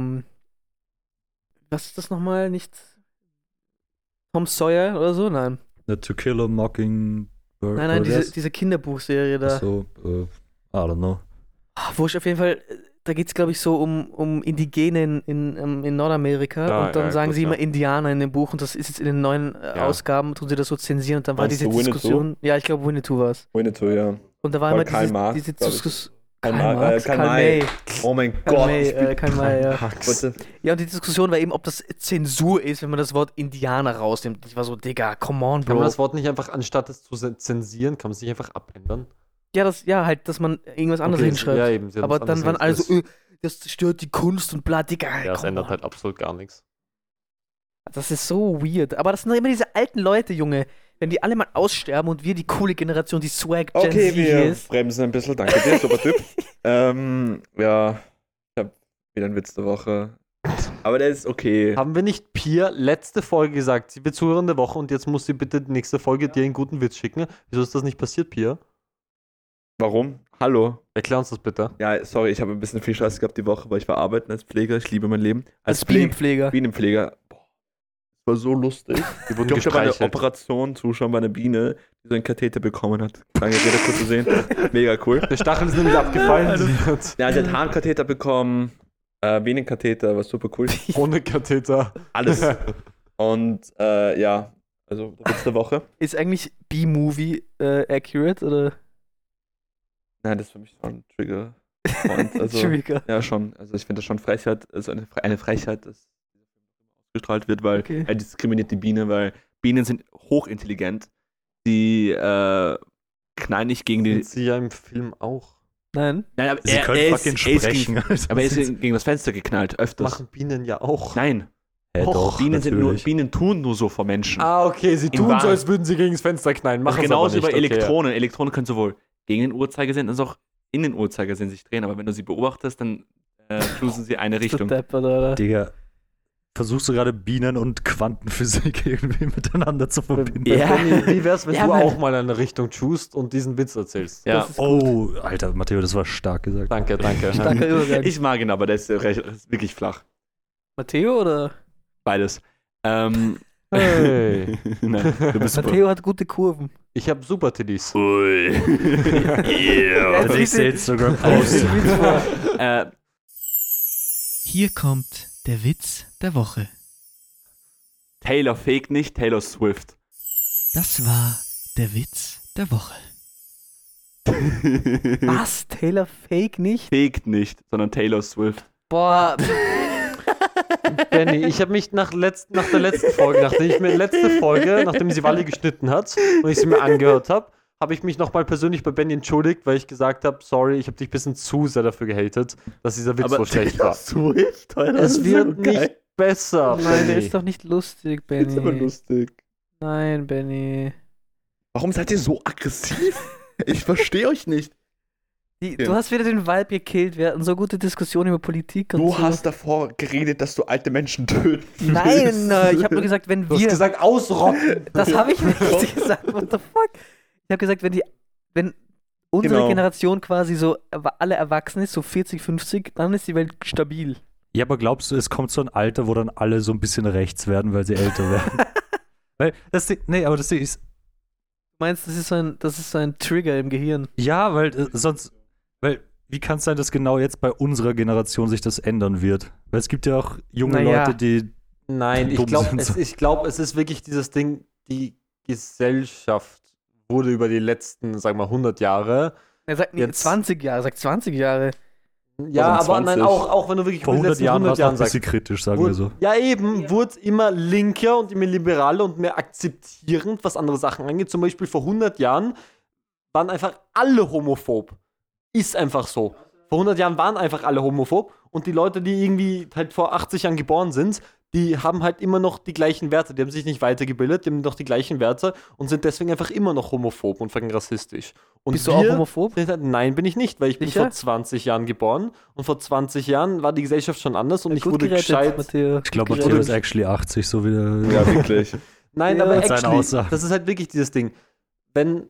B: was ist das nochmal? Nicht Tom Sawyer oder so? Nein.
A: To Kill a Mockingbird.
B: Nein, diese Kinderbuchserie da.
A: So, I don't know.
B: Wurscht, auf jeden Fall, da geht es, glaube ich, so um Indigene in Nordamerika.
C: Ja,
B: und dann
C: ja,
B: sagen
C: gut,
B: sie immer
C: ja.
B: Indianer in dem Buch. Und das ist jetzt in den neuen
C: Ja.
B: Ausgaben, tun sie das so zensieren. Und dann war
D: Meinst
B: diese
D: du Winnetou?
B: Diskussion. Ja, ich glaube, Winnetou war es.
D: Winnetou, ja.
B: Und da war
D: Oder
B: immer
D: Karl
B: diese,
D: Marx,
B: diese
D: glaub ich.
B: Diskussion.
D: Karl
B: Karl
D: Marx,
B: Marx,
D: Karl
B: Karl
D: May.
B: May.
D: Oh mein
B: Karl
D: Gott.
B: May, Karl May, ja.
D: Bitte.
B: Ja, und die Diskussion war eben, ob das Zensur ist, wenn man das Wort Indianer rausnimmt. Ich war so, Digga, come on,
C: Kann man
B: Bro.
C: das Wort nicht einfach, anstatt es zu zensieren, kann man es nicht einfach abändern?
B: Ja, halt, dass man irgendwas anderes
C: Okay,
B: hinschreibt.
C: ja, eben, sie haben
B: Aber
C: es
B: dann
C: anders
B: waren alle so,
C: hingesetzt.
B: das zerstört die Kunst und bla, Digga.
C: Ja, es
B: come
C: ändert
B: on.
C: halt absolut gar nichts.
B: Das ist so weird. Aber das sind doch immer diese alten Leute, Junge. Wenn die alle mal aussterben und wir die coole Generation, die Swag Gen
D: Okay,
B: Z
D: wir
B: ist.
D: bremsen ein bisschen. Danke dir, super Typ. Ja, ich habe wieder einen Witz der Woche. Aber der ist okay.
C: Haben wir nicht Pia letzte Folge gesagt, sie wird Zuhörerin der Woche und jetzt muss sie bitte die nächste Folge dir einen guten Witz schicken? Wieso ist das nicht passiert, Pia?
D: Warum? Hallo.
C: Erklär uns das bitte.
D: Ja, sorry, ich habe ein bisschen viel Scheiß gehabt die Woche, weil ich war arbeiten als Pfleger. Ich liebe mein Leben.
B: Als Bienenpfleger.
D: Bienenpfleger. Boah, das war so lustig.
C: Die
D: Ich
C: wurden
D: glaube, ich habe eine
C: gestreichelt.
D: Operation zuschauen bei einer Biene, die so einen Katheter bekommen hat. Lange Rede, kurz zu sehen. Mega cool.
C: Der Stachel ist nämlich abgefallen. Sie hat
D: Ja, sie hat Harnkatheter bekommen, Venenkatheter, war super cool.
C: ohne Katheter.
D: Alles. Und ja, also der Witz der Woche.
B: Ist eigentlich B-Movie accurate oder
D: Nein, das ist für mich schon ein Trigger. Und also,
B: Trigger?
D: ja, schon. Also ich finde das schon Frechheit, also eine Frechheit, dass dieser Film ausgestrahlt wird, weil
B: Okay.
D: er diskriminiert die Biene, weil Bienen sind hochintelligent. die knallen nicht gegen
C: Sind
D: die.
C: sie ja im Film auch.
B: Nein.
D: Nein, aber
A: Sie können fucking sprechen.
D: Aber er ist gegen das Fenster geknallt, öfters.
C: Machen Bienen ja auch.
D: Nein,
C: doch,
D: Bienen tun nur so vor Menschen.
C: Ah, okay, sie
D: In
C: tun so,
D: Wahrheit.
C: als würden sie gegen das Fenster knallen.
D: Also
C: Machen
D: genauso
C: aber
D: wie bei
C: nicht, okay,
D: Elektronen. Elektronen können sowohl gegen den Uhrzeigersinn als auch in den Uhrzeigersinn sich drehen, aber wenn du sie beobachtest, dann cruisen sie eine
B: So
D: Richtung.
B: deppert, oder?
A: Digga, versuchst du gerade Bienen und Quantenphysik irgendwie miteinander zu verbinden?
C: Ja.
D: Ja.
C: Benni, wie wär's, wenn
B: Ja,
C: du
B: Mann.
C: auch mal in eine Richtung choosst und diesen Witz erzählst?
D: Ja,
B: Das ist
A: Oh, Alter, Matteo, das war stark gesagt.
C: Danke, danke.
B: Starker Übergang.
D: ich mag ihn, aber der ist wirklich flach.
B: Matteo oder?
D: Beides.
C: Hey.
D: Nein, du bist super.
B: Matteo hat gute Kurven.
C: Ich habe super Titties.
D: Ui.
B: Ja,
A: Der nächste Instagram-Post.
E: Hier kommt der Witz der Woche.
D: Taylor fake nicht, Taylor Swift.
E: Das war der Witz der Woche.
B: Was? Taylor Fake nicht?
D: Faked nicht, sondern Taylor Swift.
B: Boah,
C: Benni, ich habe mich nach der letzten Folge, nachdem sie Wally geschnitten hat und ich sie mir angehört habe, habe ich mich nochmal persönlich bei Benni entschuldigt, weil ich gesagt habe, sorry, ich habe dich ein bisschen zu sehr dafür gehatet, dass dieser Witz so schlecht war.
D: Swift, Alter,
C: Es wird nicht besser.
B: nein, der
C: Benni.
B: ist doch nicht lustig,
D: Ist aber
B: Benny.
D: lustig.
B: Nein, Benny.
D: Warum seid ihr so aggressiv? Ich verstehe euch nicht.
B: Du hast wieder den Vibe gekillt. Wir hatten so gute Diskussionen über Politik und
D: Du
B: so.
D: hast davor geredet, dass du alte Menschen töten
B: Nein,
D: willst.
B: ich habe nur gesagt, wenn
C: Du hast
B: wir.
C: gesagt, ausrotten.
B: Das habe ich nicht gesagt. What the fuck? Ich habe gesagt, wenn unsere
D: Genau.
B: Generation quasi so alle erwachsen ist, so 40, 50, dann ist die Welt stabil.
A: Ja, aber glaubst du, es kommt so ein Alter, wo dann alle so ein bisschen rechts werden, weil sie älter werden? Weil das Ding, nee, aber das Ding ist,
B: Du meinst, das ist so ein Trigger im Gehirn?
A: ja, weil weil wie kann es sein, dass genau jetzt bei unserer Generation sich das ändern wird? Weil es gibt ja auch junge
B: Naja.
A: Leute, die
C: Nein, ich
A: Dumm
C: glaube,
A: sind so.
C: es ist wirklich dieses Ding, die Gesellschaft wurde über die letzten, sagen wir mal, 100 Jahre.
B: Er sagt
C: Jetzt-
B: 20 Jahre, er sagt 20 Jahre.
C: Ja, aber
D: 20.
C: nein, auch wenn du wirklich
A: vor
C: über die
A: 100
C: letzten
A: Jahren war
C: 100
A: es noch
C: Jahren
A: ein bisschen
C: sagst.
A: kritisch, sagen wir so.
C: Ja, eben, wurde immer linker und immer liberaler und mehr akzeptierend, was andere Sachen angeht. Zum Beispiel vor 100 Jahren waren einfach alle homophob. Ist einfach so. Vor 100 Jahren waren einfach alle homophob und die Leute, die irgendwie halt vor 80 Jahren geboren sind, die haben halt immer noch die gleichen Werte. Die haben sich nicht weitergebildet, die haben noch die gleichen Werte und sind deswegen einfach immer noch homophob und fucking rassistisch. Und
B: Bist du auch homophob?
C: sind halt, nein, bin ich nicht, weil ich bin
B: Sicher?
C: vor 20 Jahren geboren und vor 20 Jahren war die Gesellschaft schon anders und ich
B: Gut
C: wurde
B: gerettet,
C: gescheit.
B: Matteo.
A: Ich glaube,
B: Gut
A: Matteo ist
B: gerettet.
A: actually 80, so wie der.
D: Ja, wirklich.
C: Nein,
B: Ja.
C: aber
A: Mit seinen
C: actually,
A: Aussagen.
C: das ist halt wirklich dieses Ding. Wenn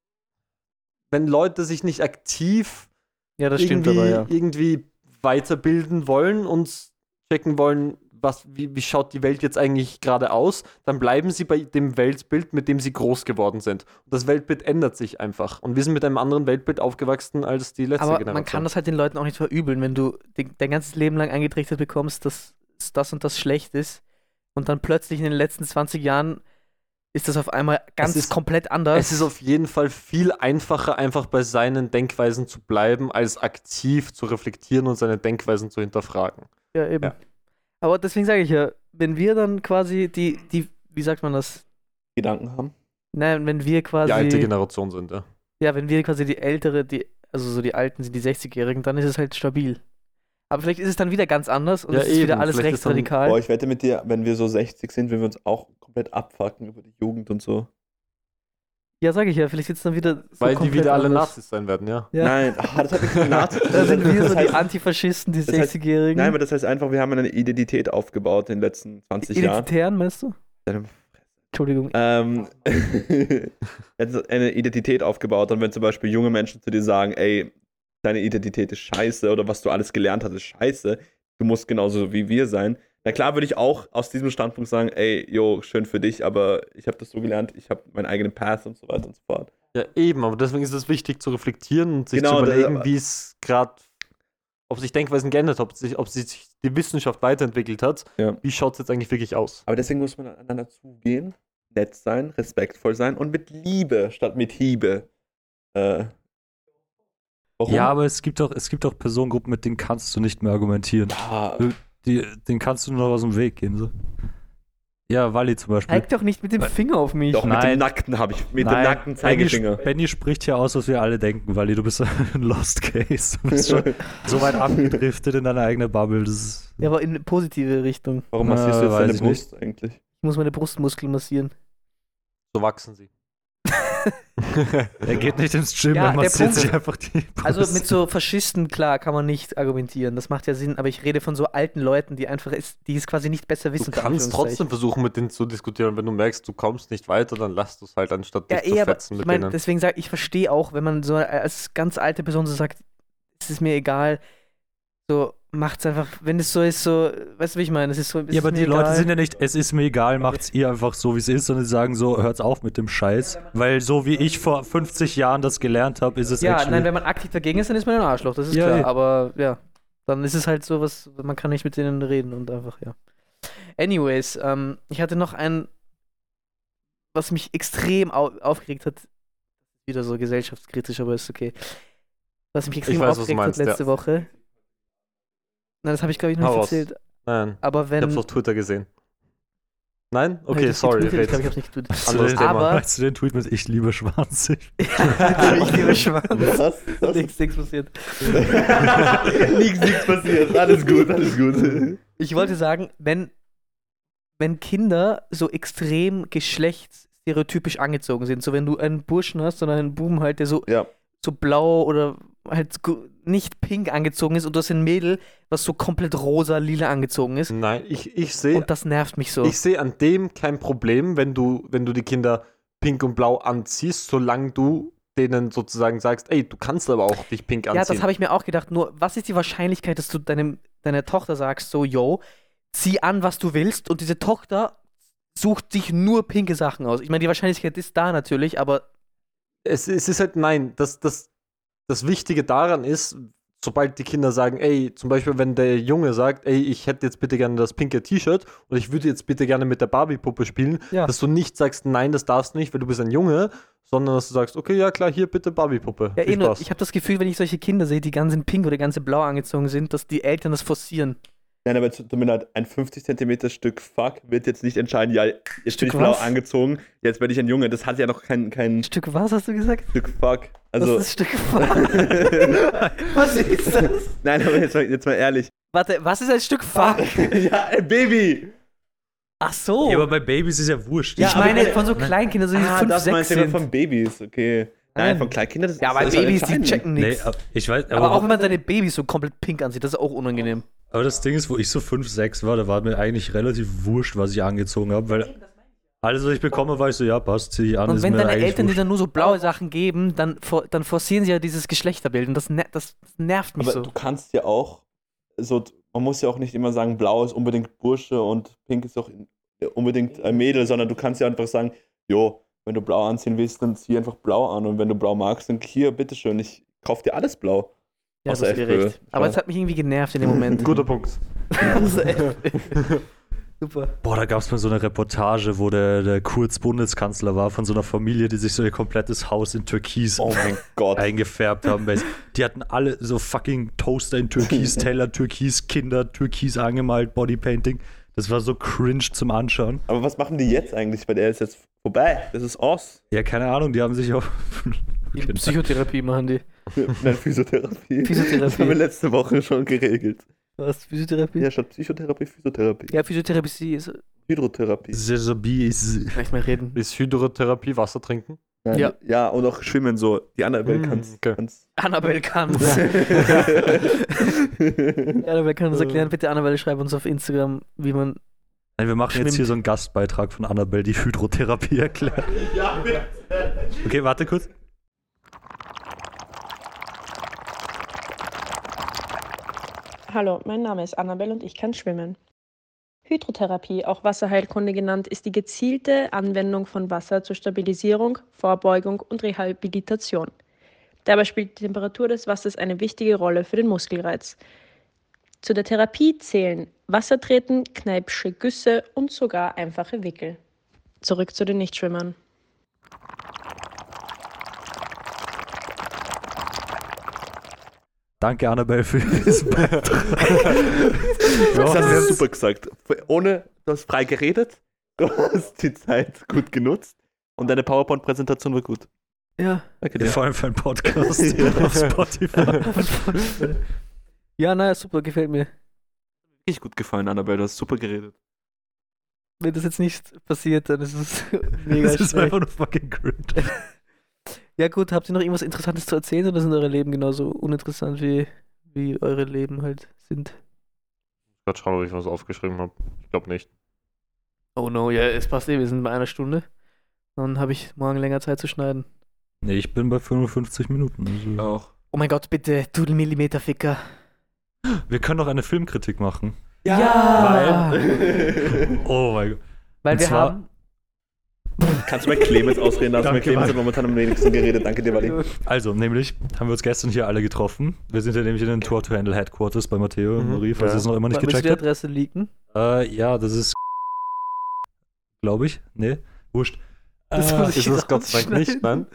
C: Leute sich nicht aktiv
B: Ja, das stimmt aber, ja.
C: irgendwie weiterbilden wollen und checken wollen, wie schaut die Welt jetzt eigentlich gerade aus, dann bleiben sie bei dem Weltbild, mit dem sie groß geworden sind. Und das Weltbild ändert sich einfach. Und wir sind mit einem anderen Weltbild aufgewachsen als die letzte
B: Aber
C: Generation.
B: man kann das halt den Leuten auch nicht verübeln, wenn du dein ganzes Leben lang eingetrichtert bekommst, dass das und das schlecht ist und dann plötzlich in den letzten 20 Jahren ist das auf einmal ganz
C: ist-
B: komplett anders.
C: Es ist auf jeden Fall viel einfacher, einfach bei seinen Denkweisen zu bleiben, als aktiv zu reflektieren und seine Denkweisen zu hinterfragen.
B: ja, eben.
D: Ja.
B: Aber deswegen sage ich ja, wenn wir dann quasi wie sagt man das?
D: Gedanken haben.
B: Nein, wenn wir quasi.
C: Die alte Generation sind, ja.
B: Ja, wenn wir quasi also so die Alten sind, die 60-Jährigen, dann ist es halt stabil. Aber vielleicht ist es dann wieder ganz anders und
C: Ja,
B: es ist wieder
C: eben.
B: alles
C: Vielleicht ist dann-
B: rechtsradikal.
D: Boah, ich wette mit dir, wenn wir so 60 sind, wenn wir uns auch komplett abfucken über die Jugend und so.
B: Ja, sage ich ja, vielleicht wird es dann wieder so
C: Weil die
B: komplett
C: wieder alle
B: anders.
C: Nazis sein werden, ja.
B: Ja.
D: Nein, das hat nichts mit Nazi zu tun.
B: Da sind wir so
D: Das heißt-
B: die Antifaschisten, die
D: das heißt-
B: 60-Jährigen.
D: Nein, aber das heißt einfach, wir haben eine Identität aufgebaut in den letzten 20 Jahren.
B: Identitären, meinst du?
D: Deine
B: Entschuldigung.
D: eine Identität aufgebaut und wenn zum Beispiel junge Menschen zu dir sagen, ey, deine Identität ist scheiße oder was du alles gelernt hast ist scheiße, du musst genauso wie wir sein. Na klar würde ich auch aus diesem Standpunkt sagen, ey, jo, schön für dich, aber ich habe das so gelernt, ich habe meinen eigenen Path und so weiter und so fort.
C: Ja, eben, aber deswegen ist es wichtig zu reflektieren und sich
D: Genau,
C: zu
D: das-
C: überlegen, wie es gerade, ob sich Denkweisen geändert haben, ob sich die Wissenschaft weiterentwickelt hat.
D: Ja.
C: Wie schaut es jetzt eigentlich wirklich aus?
D: Aber deswegen muss man aneinander zugehen, nett sein, respektvoll sein und mit Liebe statt mit Hiebe. Warum?
A: Ja, aber es gibt auch Personengruppen, mit denen kannst du nicht mehr argumentieren.
D: Ja,
A: Denen kannst du nur noch aus dem Weg gehen. So. Ja, Wally zum Beispiel.
B: Zeig doch nicht mit dem Finger auf mich.
D: Doch, mit
A: Nein.
D: dem nackten habe ich, mit dem
A: Nein,
D: nackten Zeigefinger.
A: Benny spricht hier aus, was wir alle denken, Wally. Du bist ein Lost Case. Du bist schon so weit abgedriftet in deine eigene Bubble. Das ist,
B: Ja, aber in eine positive Richtung.
D: Warum massierst du jetzt
A: weiß
D: deine
A: ich
D: Brust eigentlich?
B: Ich muss meine Brustmuskeln massieren.
C: So wachsen sie.
A: er geht nicht ins Gym,
B: Ja,
A: er
B: der
A: massiert
B: Punkt
A: sich
B: ist-
A: einfach die Brust.
B: Also mit so Faschisten, klar, kann man nicht argumentieren. Das macht ja Sinn, aber ich rede von so alten Leuten, die es quasi nicht besser
C: Du
B: wissen. unter
C: kannst
B: Anführungszeichen.
C: trotzdem versuchen, mit denen zu diskutieren. Wenn du merkst, du kommst nicht weiter, dann lass du es halt, anstatt
B: Ja,
C: dich zu
B: aber
C: fetzen
B: ich
C: mit
B: meine,
C: denen.
B: deswegen sage ich, verstehe auch, wenn man so als ganz alte Person so sagt, es ist mir egal, so macht's einfach, wenn es so ist, so, weißt du, wie ich meine? Es ist so, es
A: Ja, aber
B: ist mir
A: die Leute
B: egal.
A: sind ja nicht, es ist mir egal, macht's ihr einfach so, wie es ist, sondern sie sagen so, hört's auf mit dem Scheiß. Weil so wie ich vor 50 Jahren das gelernt habe, ist es
B: Ja,
A: actually...
B: nein, wenn man aktiv dagegen ist, dann ist man ein Arschloch, das ist
A: Ja,
B: klar.
A: ja.
B: Aber ja, dann ist es halt so was, man kann nicht mit denen reden und einfach, ja. Anyways, ich hatte noch was mich extrem aufgeregt hat, wieder so gesellschaftskritisch, aber ist okay. Was mich extrem
C: weiß, was du
B: aufgeregt
C: meinst,
B: hat letzte
C: ja.
B: Woche. Nein, das habe ich glaube ich noch
C: Hau
B: nicht
C: raus.
B: erzählt.
C: Nein,
B: Aber
C: ich
B: wenn.
C: hab's auf Twitter gesehen. Nein?
B: Hab ich
C: Okay,
B: das
C: sorry.
B: getweetet? Ich glaube, ich
C: red.
B: hab's nicht getweetet.
A: Weißt du
C: anderes
A: den-
C: Thema.
B: Aber-
A: Weißt du den Tweet mit Ich liebe Schwanzig?
B: ich liebe Schwanz.
D: Was?
B: Nichts passiert.
D: Nichts passiert. Alles gut, alles gut.
B: Ich wollte sagen, wenn Kinder so extrem geschlechtsstereotypisch angezogen sind, so wenn du einen Burschen hast, sondern einen Buben halt, der so,
D: Ja.
B: so blau oder halt nicht pink angezogen ist und du hast ein Mädel, was so komplett rosa, lila angezogen ist
C: Nein, ich sehe
B: und das nervt mich so.
C: ich seh an dem kein Problem, wenn du die Kinder pink und blau anziehst, solange du denen sozusagen sagst, ey, du kannst aber auch dich pink anziehen.
B: Ja, das habe ich mir auch gedacht. Nur, was ist die Wahrscheinlichkeit, dass du deiner Tochter sagst, so, yo, zieh an, was du willst, und diese Tochter sucht sich nur pinke Sachen aus? Ich meine, die Wahrscheinlichkeit ist da natürlich, aber
C: Es ist halt, nein, das Wichtige daran ist, sobald die Kinder sagen, ey, zum Beispiel, wenn der Junge sagt, ey, ich hätte jetzt bitte gerne das pinke T-Shirt und ich würde jetzt bitte gerne mit der Barbie-Puppe spielen,
B: Ja.
C: dass du nicht sagst, nein, das darfst du nicht, weil du bist ein Junge, sondern dass du sagst, okay, ja klar, hier bitte Barbie-Puppe.
B: ja,
C: Viel
B: nur,
C: Spaß.
B: ich habe das Gefühl, wenn ich solche Kinder sehe, die ganz in pink oder ganz in blau angezogen sind, dass die Eltern das forcieren.
D: Nein, aber tut mir leid, ein 50 cm Stück Fuck wird jetzt nicht entscheiden, ja, jetzt bin
B: Stück
D: ich blau
B: was?
D: angezogen, jetzt werde ich ein Junge. Das hat ja noch kein
B: Stück was hast du gesagt?
D: Stück Fuck. Also,
B: Das ist Stück Was ist das?
D: nein, aber jetzt mal ehrlich.
B: Warte, was ist ein Stück Fuck?
D: Ja, ein Baby.
B: Ach so.
A: Ja, aber bei Babys ist ja wurscht.
B: ich
D: aber
B: meine
D: bei-
B: von so Kleinkindern, so die 5,
D: das
B: 6
D: meinst du
B: sind.
D: von Babys, okay.
B: Nein.
D: Nein, von Kleinkindern, das
B: Ja, aber
D: das ist
B: Babys, die
D: entscheidend.
B: checken
A: Nee,
B: nichts.
A: ich weiß,
B: Aber auch wenn man seine Babys so komplett pink ansieht, das ist auch unangenehm.
A: Aber das Ding ist, wo ich so 5, 6 war, da war mir eigentlich relativ wurscht, was ich angezogen habe, weil alles, was ich bekomme, war ich so, ja, passt, zieh ich an.
B: Und
A: ist
B: wenn
A: mir
B: deine
A: eigentlich
B: Eltern dir
A: wurscht.
B: dann nur so blaue Sachen geben, dann forcieren sie ja dieses Geschlechterbild und das nervt mich
D: Aber
B: so.
D: du kannst ja auch, so, man muss ja auch nicht immer sagen, blau ist unbedingt Bursche und pink ist auch unbedingt ein Mädel, sondern du kannst ja einfach sagen, jo, wenn du blau anziehen willst, dann zieh einfach blau an und wenn du blau magst, dann hier, bitteschön, ich kauf dir alles blau.
B: Ja, das
D: außer
B: ist
D: FPÖ.
B: gerecht. Aber es hat mich irgendwie genervt in dem Moment.
C: Guter Punkt.
B: Außer FPÖ. Super.
A: Boah, da gab es mal so eine Reportage, wo der Kurz Bundeskanzler war, von so einer Familie, die sich so ihr komplettes Haus in Türkis
D: Oh mein Gott.
A: eingefärbt haben. Weil die hatten alle so fucking Toaster in Türkis, Teller Türkis, Kinder Türkis angemalt, Bodypainting. Das war so cringe zum Anschauen.
D: Aber was machen die jetzt eigentlich? Weil der ist jetzt vorbei. Das ist aus.
A: Ja, keine Ahnung, die haben sich auch...
B: Psychotherapie machen die.
D: Nein, Physiotherapie.
B: Physiotherapie.
D: Das haben wir letzte Woche schon geregelt.
B: Was? Physiotherapie?
D: Ja, statt Psychotherapie, Physiotherapie.
B: Ja, Physiotherapie ist.
D: Hydrotherapie.
A: Sesobie ist...
B: Kann ich mal reden.
C: Ist Hydrotherapie Wasser trinken?
D: Nein,
B: Ja.
D: Ja, und auch Schwimmen so. Die Annabelle kann's.
C: okay.
B: Annabelle kann. Annabelle kann uns erklären. Bitte, Annabelle, schreib uns auf Instagram, wie man.
A: Nein, wir machen
B: Schwimmt.
A: jetzt hier so einen Gastbeitrag von Annabelle, die Hydrotherapie erklärt.
D: Ja, bitte.
A: Okay, warte kurz.
F: Hallo, mein Name ist Annabelle und ich kann schwimmen. Hydrotherapie, auch Wasserheilkunde genannt, ist die gezielte Anwendung von Wasser zur Stabilisierung, Vorbeugung und Rehabilitation. Dabei spielt die Temperatur des Wassers eine wichtige Rolle für den Muskelreiz. Zu der Therapie zählen Wassertreten, Kneippsche Güsse und sogar einfache Wickel. Zurück zu den Nichtschwimmern.
A: Danke, Annabelle, für diesen Beitrag.
D: Das hast du
A: Ja,
D: super gesagt. Ohne, du hast frei geredet. Du hast die Zeit gut genutzt und deine PowerPoint-Präsentation war gut.
B: Ja.
D: Danke dir.
A: Vor allem für einen Podcast auf Spotify.
B: Ja, naja, super, gefällt mir.
D: Richtig gut gefallen, Annabelle, du hast super geredet.
B: Wenn das jetzt nicht passiert, dann ist es mega
A: Das ist
B: schlecht.
A: einfach nur fucking cringe.
B: Ja gut, habt ihr noch irgendwas Interessantes zu erzählen oder sind eure Leben genauso uninteressant wie eure Leben halt sind?
C: Gerade schauen, ob ich was aufgeschrieben habe. Ich glaube nicht.
B: Oh no, ja, es passt wir sind bei einer Stunde. Dann habe ich morgen länger Zeit zu schneiden.
A: Nee, ich bin bei 55 Minuten. Also.
D: Auch.
B: Oh mein Gott, bitte, du Millimeterficker.
A: Wir können doch eine Filmkritik machen.
B: Ja!
A: Oh mein Gott.
B: Weil
A: Und
B: wir
A: zwar-
B: haben.
D: Kannst du bei Clemens ausreden lassen? Bei
A: Danke,
D: Clemens
A: Mann.
D: hat momentan am wenigsten geredet. Danke dir, Wally.
A: Also, nämlich haben wir uns gestern hier alle getroffen. Wir sind ja nämlich in den Tour to Handle Headquarters bei Matteo und
C: Mhm,
A: Marie, falls
C: ja.
A: ihr es noch immer nicht
B: Willst du
A: gecheckt
B: die
A: habt.
B: Adresse leaken?
A: Ja, das ist. Glaube ich. Nee, wurscht.
B: Das muss ich
C: Ist es Gott sei Dank nicht, nein?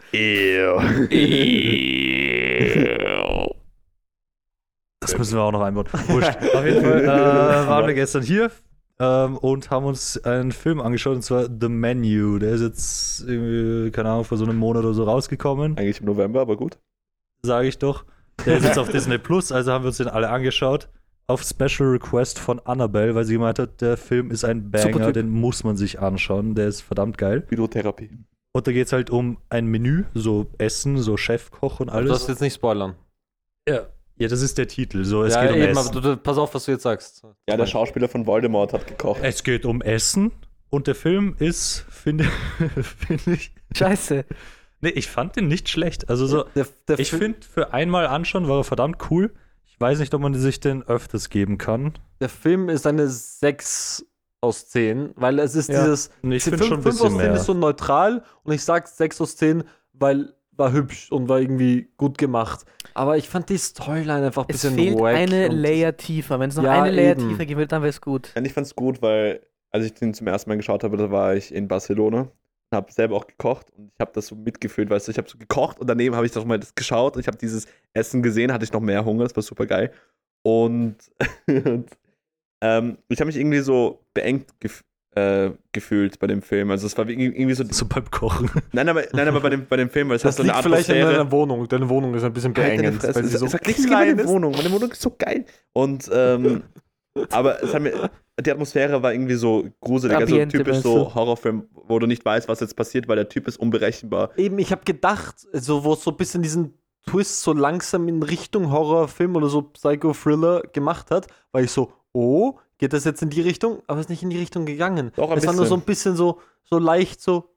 A: Das müssen wir auch noch einbauen. Wurscht. Auf jeden Fall waren wir gestern hier und haben uns einen Film angeschaut, und zwar The Menu. Der ist jetzt irgendwie, keine Ahnung, vor so einem Monat oder so rausgekommen,
D: Eigentlich im November, aber gut.
A: sage ich doch. Der ist jetzt auf Disney Plus, also haben wir uns den alle angeschaut. Auf Special Request von Annabelle, weil sie gemeint hat, der Film ist ein
B: Super
A: Banger,
B: Typ.
A: den muss man sich anschauen. Der ist verdammt geil.
D: Hydrotherapie.
A: Und da geht es halt um ein Menü, so Essen, so Chefkoch und
C: Du
A: alles.
C: darfst jetzt nicht spoilern.
A: Ja. Ja, das ist der Titel. So, es
C: ja,
A: geht um
C: eben,
A: Essen.
C: aber du, pass auf, was du jetzt sagst.
D: Ja, der Schauspieler von Voldemort hat gekocht.
A: Es geht um Essen und der Film ist, finde ich.
B: Scheiße.
A: Nee, ich fand den nicht schlecht. Also so,
C: Der
A: ich finde, für einmal anschauen war er verdammt cool. Ich weiß nicht, ob man sich den öfters geben kann.
C: Der Film ist eine 6 aus 10, weil es ist
B: Ja.
C: dieses.
A: Und ich
C: die
A: finde schon ein
C: 5
A: bisschen
C: aus 10
A: mehr.
C: ist so neutral und ich sag 6 aus 10, weil war hübsch und war irgendwie gut gemacht. Aber ich fand die Storyline einfach ein
B: Es
C: bisschen
B: fehlt
C: wack
B: eine
C: und-
B: Layer tiefer. Wenn es noch
C: Ja,
B: eine Layer
C: eben.
B: tiefer gehen würde, dann wäre es gut.
D: Und ich fand's gut, weil als ich den zum ersten Mal geschaut habe, da war ich in Barcelona und habe selber auch gekocht und ich habe das so mitgefühlt, weißt du, ich habe so gekocht und daneben habe ich doch mal das geschaut und ich habe dieses Essen gesehen, hatte ich noch mehr Hunger, das war super geil. Und ich habe mich irgendwie so beengt gefühlt bei dem Film. Also es war irgendwie so.
A: So beim Kochen.
D: Nein, aber bei dem Film, weil es hat
C: Das
D: so eine
C: liegt vielleicht in
D: Atmosphäre.
C: deiner Wohnung. Deine Wohnung ist ein bisschen
D: Halt deine
C: beengend.
D: Fresse.
C: Weil sie so
D: Sag nichts gegen meine
C: klein ist.
D: Wohnung. Meine Wohnung ist so geil. Und aber es hat mir, die Atmosphäre war irgendwie so gruselig. Also
B: Ambiente,
D: typisch
B: meinst
D: so
B: du?
D: Horrorfilm, wo du nicht weißt, was jetzt passiert, weil der Typ ist unberechenbar.
C: Eben, ich habe gedacht, so, wo es so ein bisschen diesen Twist so langsam in Richtung Horrorfilm oder so Psycho-Thriller gemacht hat, war ich so, oh, geht das jetzt in die Richtung? Aber es ist nicht in die Richtung gegangen.
D: Doch, ein
C: Es war nur so
D: bisschen.
C: ein bisschen so leicht so,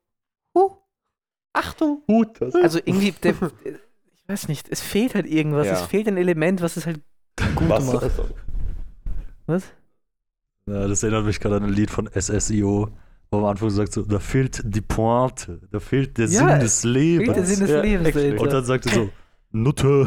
C: Achtung.
D: Gut, das.
B: Also irgendwie, ich weiß nicht, es fehlt halt irgendwas.
C: Ja.
B: Es fehlt ein Element, was es halt gut
D: Was?
B: macht. Was?
A: Ja, das erinnert mich gerade an ein Lied von SSIO, wo am Anfang sagt so, da fehlt die Pointe, da fehlt der
B: Ja,
A: Sinn des Lebens.
B: Fehlt der Sinn des
C: Ja,
B: Lebens
C: actually.
B: dahinter.
A: Und dann sagt er so, Nutte.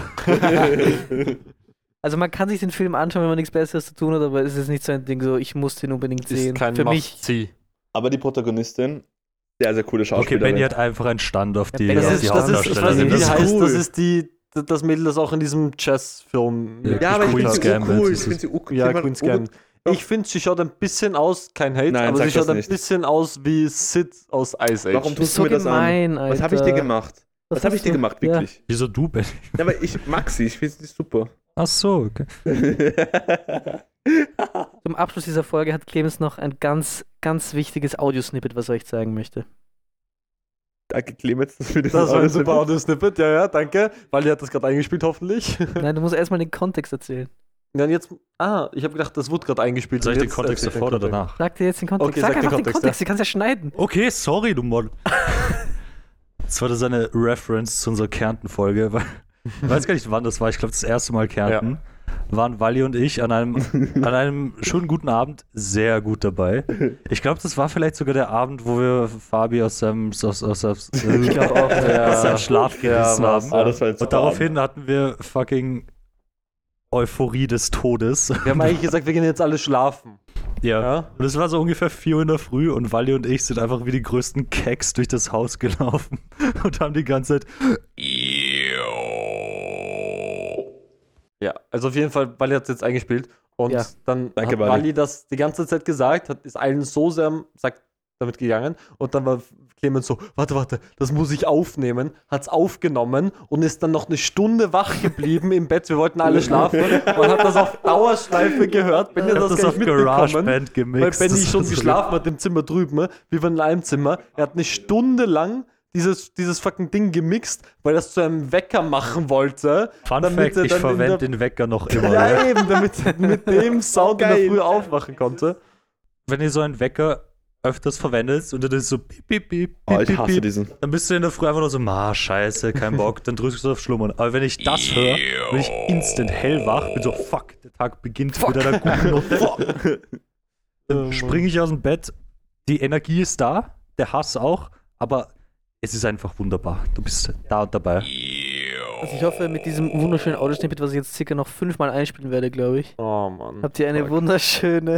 B: Also man kann sich den Film anschauen, wenn man nichts Besseres zu tun hat, aber es ist nicht so ein Ding so, ich muss den unbedingt sehen.
C: Ist kein
B: Für mich.
C: Must-See.
D: Aber die Protagonistin, sehr, sehr coole
A: Okay,
D: Schauspielerin.
A: Benny hat einfach einen Stand auf die,
B: Benny
A: auf
B: ist-
A: die
C: Ich weiß nicht,
A: Hauptdarstellerin.
C: wie
B: Das
C: die
B: ist
C: heißt.
D: cool.
C: Das ist das Mädel, das auch in diesem Jazz-Film
A: Ja,
D: Ja, aber ich
A: Queen's
D: finde sie
A: Gambit
D: cool.
A: ist
D: Ich finde sie cool.
C: Ja,
D: Sie
C: Queen's
D: war-
C: Gambit. Ich finde, sie schaut ein bisschen aus, kein Hate,
D: Nein,
C: aber
D: sag
C: sie schaut
D: das
C: ein
D: nicht.
C: bisschen aus wie Sid aus Ice Age.
D: Warum
B: Du bist
D: tust
B: so
D: du mir das
B: gemein,
D: an?
B: Alter.
D: Was habe ich dir gemacht? Was habe ich
B: hast
D: dir
B: du?
D: gemacht,
B: Ja.
D: wirklich?
A: Wieso du, Benny?
D: Ja, aber ich mag sie, ich finde sie super.
A: Ach so, okay.
B: Zum Abschluss dieser Folge hat Clemens noch ein ganz, ganz wichtiges Audiosnippet, was er euch zeigen möchte.
D: Danke, Clemens, für das
C: Das war ein
D: Audio-Snippet.
C: super Audio-Snippet, ja, danke. Weil die hat das gerade eingespielt, hoffentlich.
B: Nein, du musst erstmal den Kontext erzählen.
C: Dann jetzt, ich habe gedacht, das wurde gerade eingespielt.
A: Soll ich
C: Und
A: den
C: jetzt
A: Kontext
C: erzähl
A: davor
C: den
A: oder
C: Kontext.
A: danach?
B: Sag dir jetzt den Kontext.
C: Okay,
B: Sag
C: sag den
B: einfach den
C: Kontext,
B: Kontext, du kannst ja schneiden.
A: Okay, sorry, du Mod. Das war das eine Reference zu unserer Kärnten-Folge. Ich weiß gar nicht, wann das war. Ich glaube, das erste Mal Kärnten. Waren Wally und ich an einem schönen guten Abend sehr gut dabei. Ich glaube, das war vielleicht sogar der Abend, wo wir Fabi aus seinem Schlaf gerissen haben.
D: Ah, das war jetzt
A: Und daraufhin hatten wir fucking Euphorie des Todes.
C: Wir haben eigentlich gesagt, wir gehen jetzt alle schlafen.
A: Ja.
C: Ja?
A: Und es war so ungefähr 4 Uhr in der Früh und Wally und ich sind einfach wie die größten Keks durch das Haus gelaufen und haben die ganze Zeit
C: Ja, also auf jeden Fall, Wally hat es jetzt eingespielt. Und
B: Ja.
C: dann
D: Danke,
C: hat
D: Wally.
C: Wally das die ganze Zeit gesagt, ist allen so sehr, sagt damit gegangen und dann war Clemens so, warte, das muss ich aufnehmen, hat's aufgenommen und ist dann noch eine Stunde wach geblieben im Bett, wir wollten alle schlafen und hat das auf Dauerschleife gehört, wenn ihr
A: Er hat
C: das gar
A: auf
C: nicht mitbekommen,
A: GarageBand gemixt.
C: weil Benny
A: Das
C: schon
A: ist so
C: geschlafen hat im Zimmer drüben, wir waren in einem Zimmer, er hat eine Stunde lang dieses fucking Ding gemixt, weil er es zu einem Wecker machen wollte.
A: Fun
C: damit
A: Fact,
C: er
A: ich
C: dann in
A: verwende
C: der-
A: den Wecker noch immer.
C: Ja, eben, damit mit dem Sound in der
D: geil.
C: Früh aufwachen konnte.
A: Wenn ihr so einen Wecker öfters verwendet und dann ist so piep, piep, piep,
D: Oh,
A: piep,
D: ich hasse
A: piep,
D: diesen.
A: dann bist du in der Früh einfach nur so, scheiße, kein Bock, dann drückst du auf Schlummern. Aber wenn ich das höre, bin ich instant hellwach, bin so, fuck, der Tag beginnt mit einer guten Note. Dann springe ich aus dem Bett, die Energie ist da, der Hass auch, aber es ist einfach wunderbar. Du bist da und dabei.
B: Also ich hoffe, mit diesem wunderschönen Audiosnippet, was ich jetzt circa noch 5-mal einspielen werde, glaube ich,
C: Oh Mann.
B: habt ihr eine
C: Fuck.
B: wunderschöne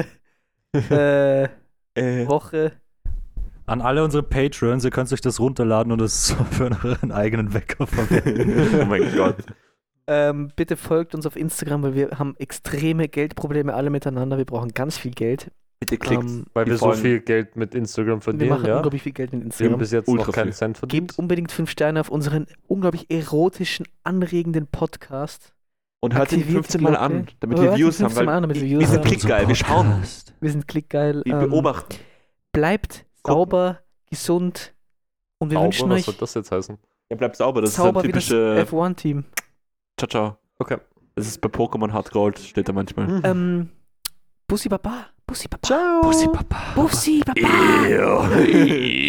B: Woche.
A: An alle unsere Patrons, ihr könnt euch das runterladen und es für euren eigenen Wecker verwenden.
D: Oh mein Gott.
B: Bitte folgt uns auf Instagram, weil wir haben extreme Geldprobleme alle miteinander. Wir brauchen ganz viel Geld.
D: Bitte klickt.
C: Weil
D: die
C: wir so
D: Folgen.
C: viel Geld mit Instagram
B: Wir
C: verdienen,
B: machen
C: ja.
B: unglaublich viel Geld mit
C: Wir haben
B: Instagram.
C: bis jetzt
D: Ultra
C: noch keinen
D: viel.
C: Cent verdient.
B: Gebt unbedingt 5 Sterne auf unseren unglaublich erotischen, anregenden Podcast.
D: Und hört ihn
B: Aktiviert
D: 15
B: die
D: Mal
B: Glocke.
D: an, damit
B: Hört
D: wir
B: ihn
D: Views haben.
B: 15 Mal
D: Weil
B: an, damit wir
D: wir
B: Views
D: sind
B: haben.
D: klickgeil, wir schauen,
B: Wir sind klickgeil.
D: wir beobachten.
B: Bleibt sauber, gesund und wir wünschen
C: Was
B: euch
C: soll das jetzt heißen?
D: Ja, bleibt sauber, das
B: sauber
D: ist
B: wie
D: der
B: das
D: typische
B: F1-Team.
D: Ciao, ciao.
C: Okay.
D: Das ist bei Pokémon Hard Gold, steht da manchmal.
B: Bussi Baba. Bussi Baba.
C: Ciao.
A: Bussi, Papa.
B: Bussi Baba.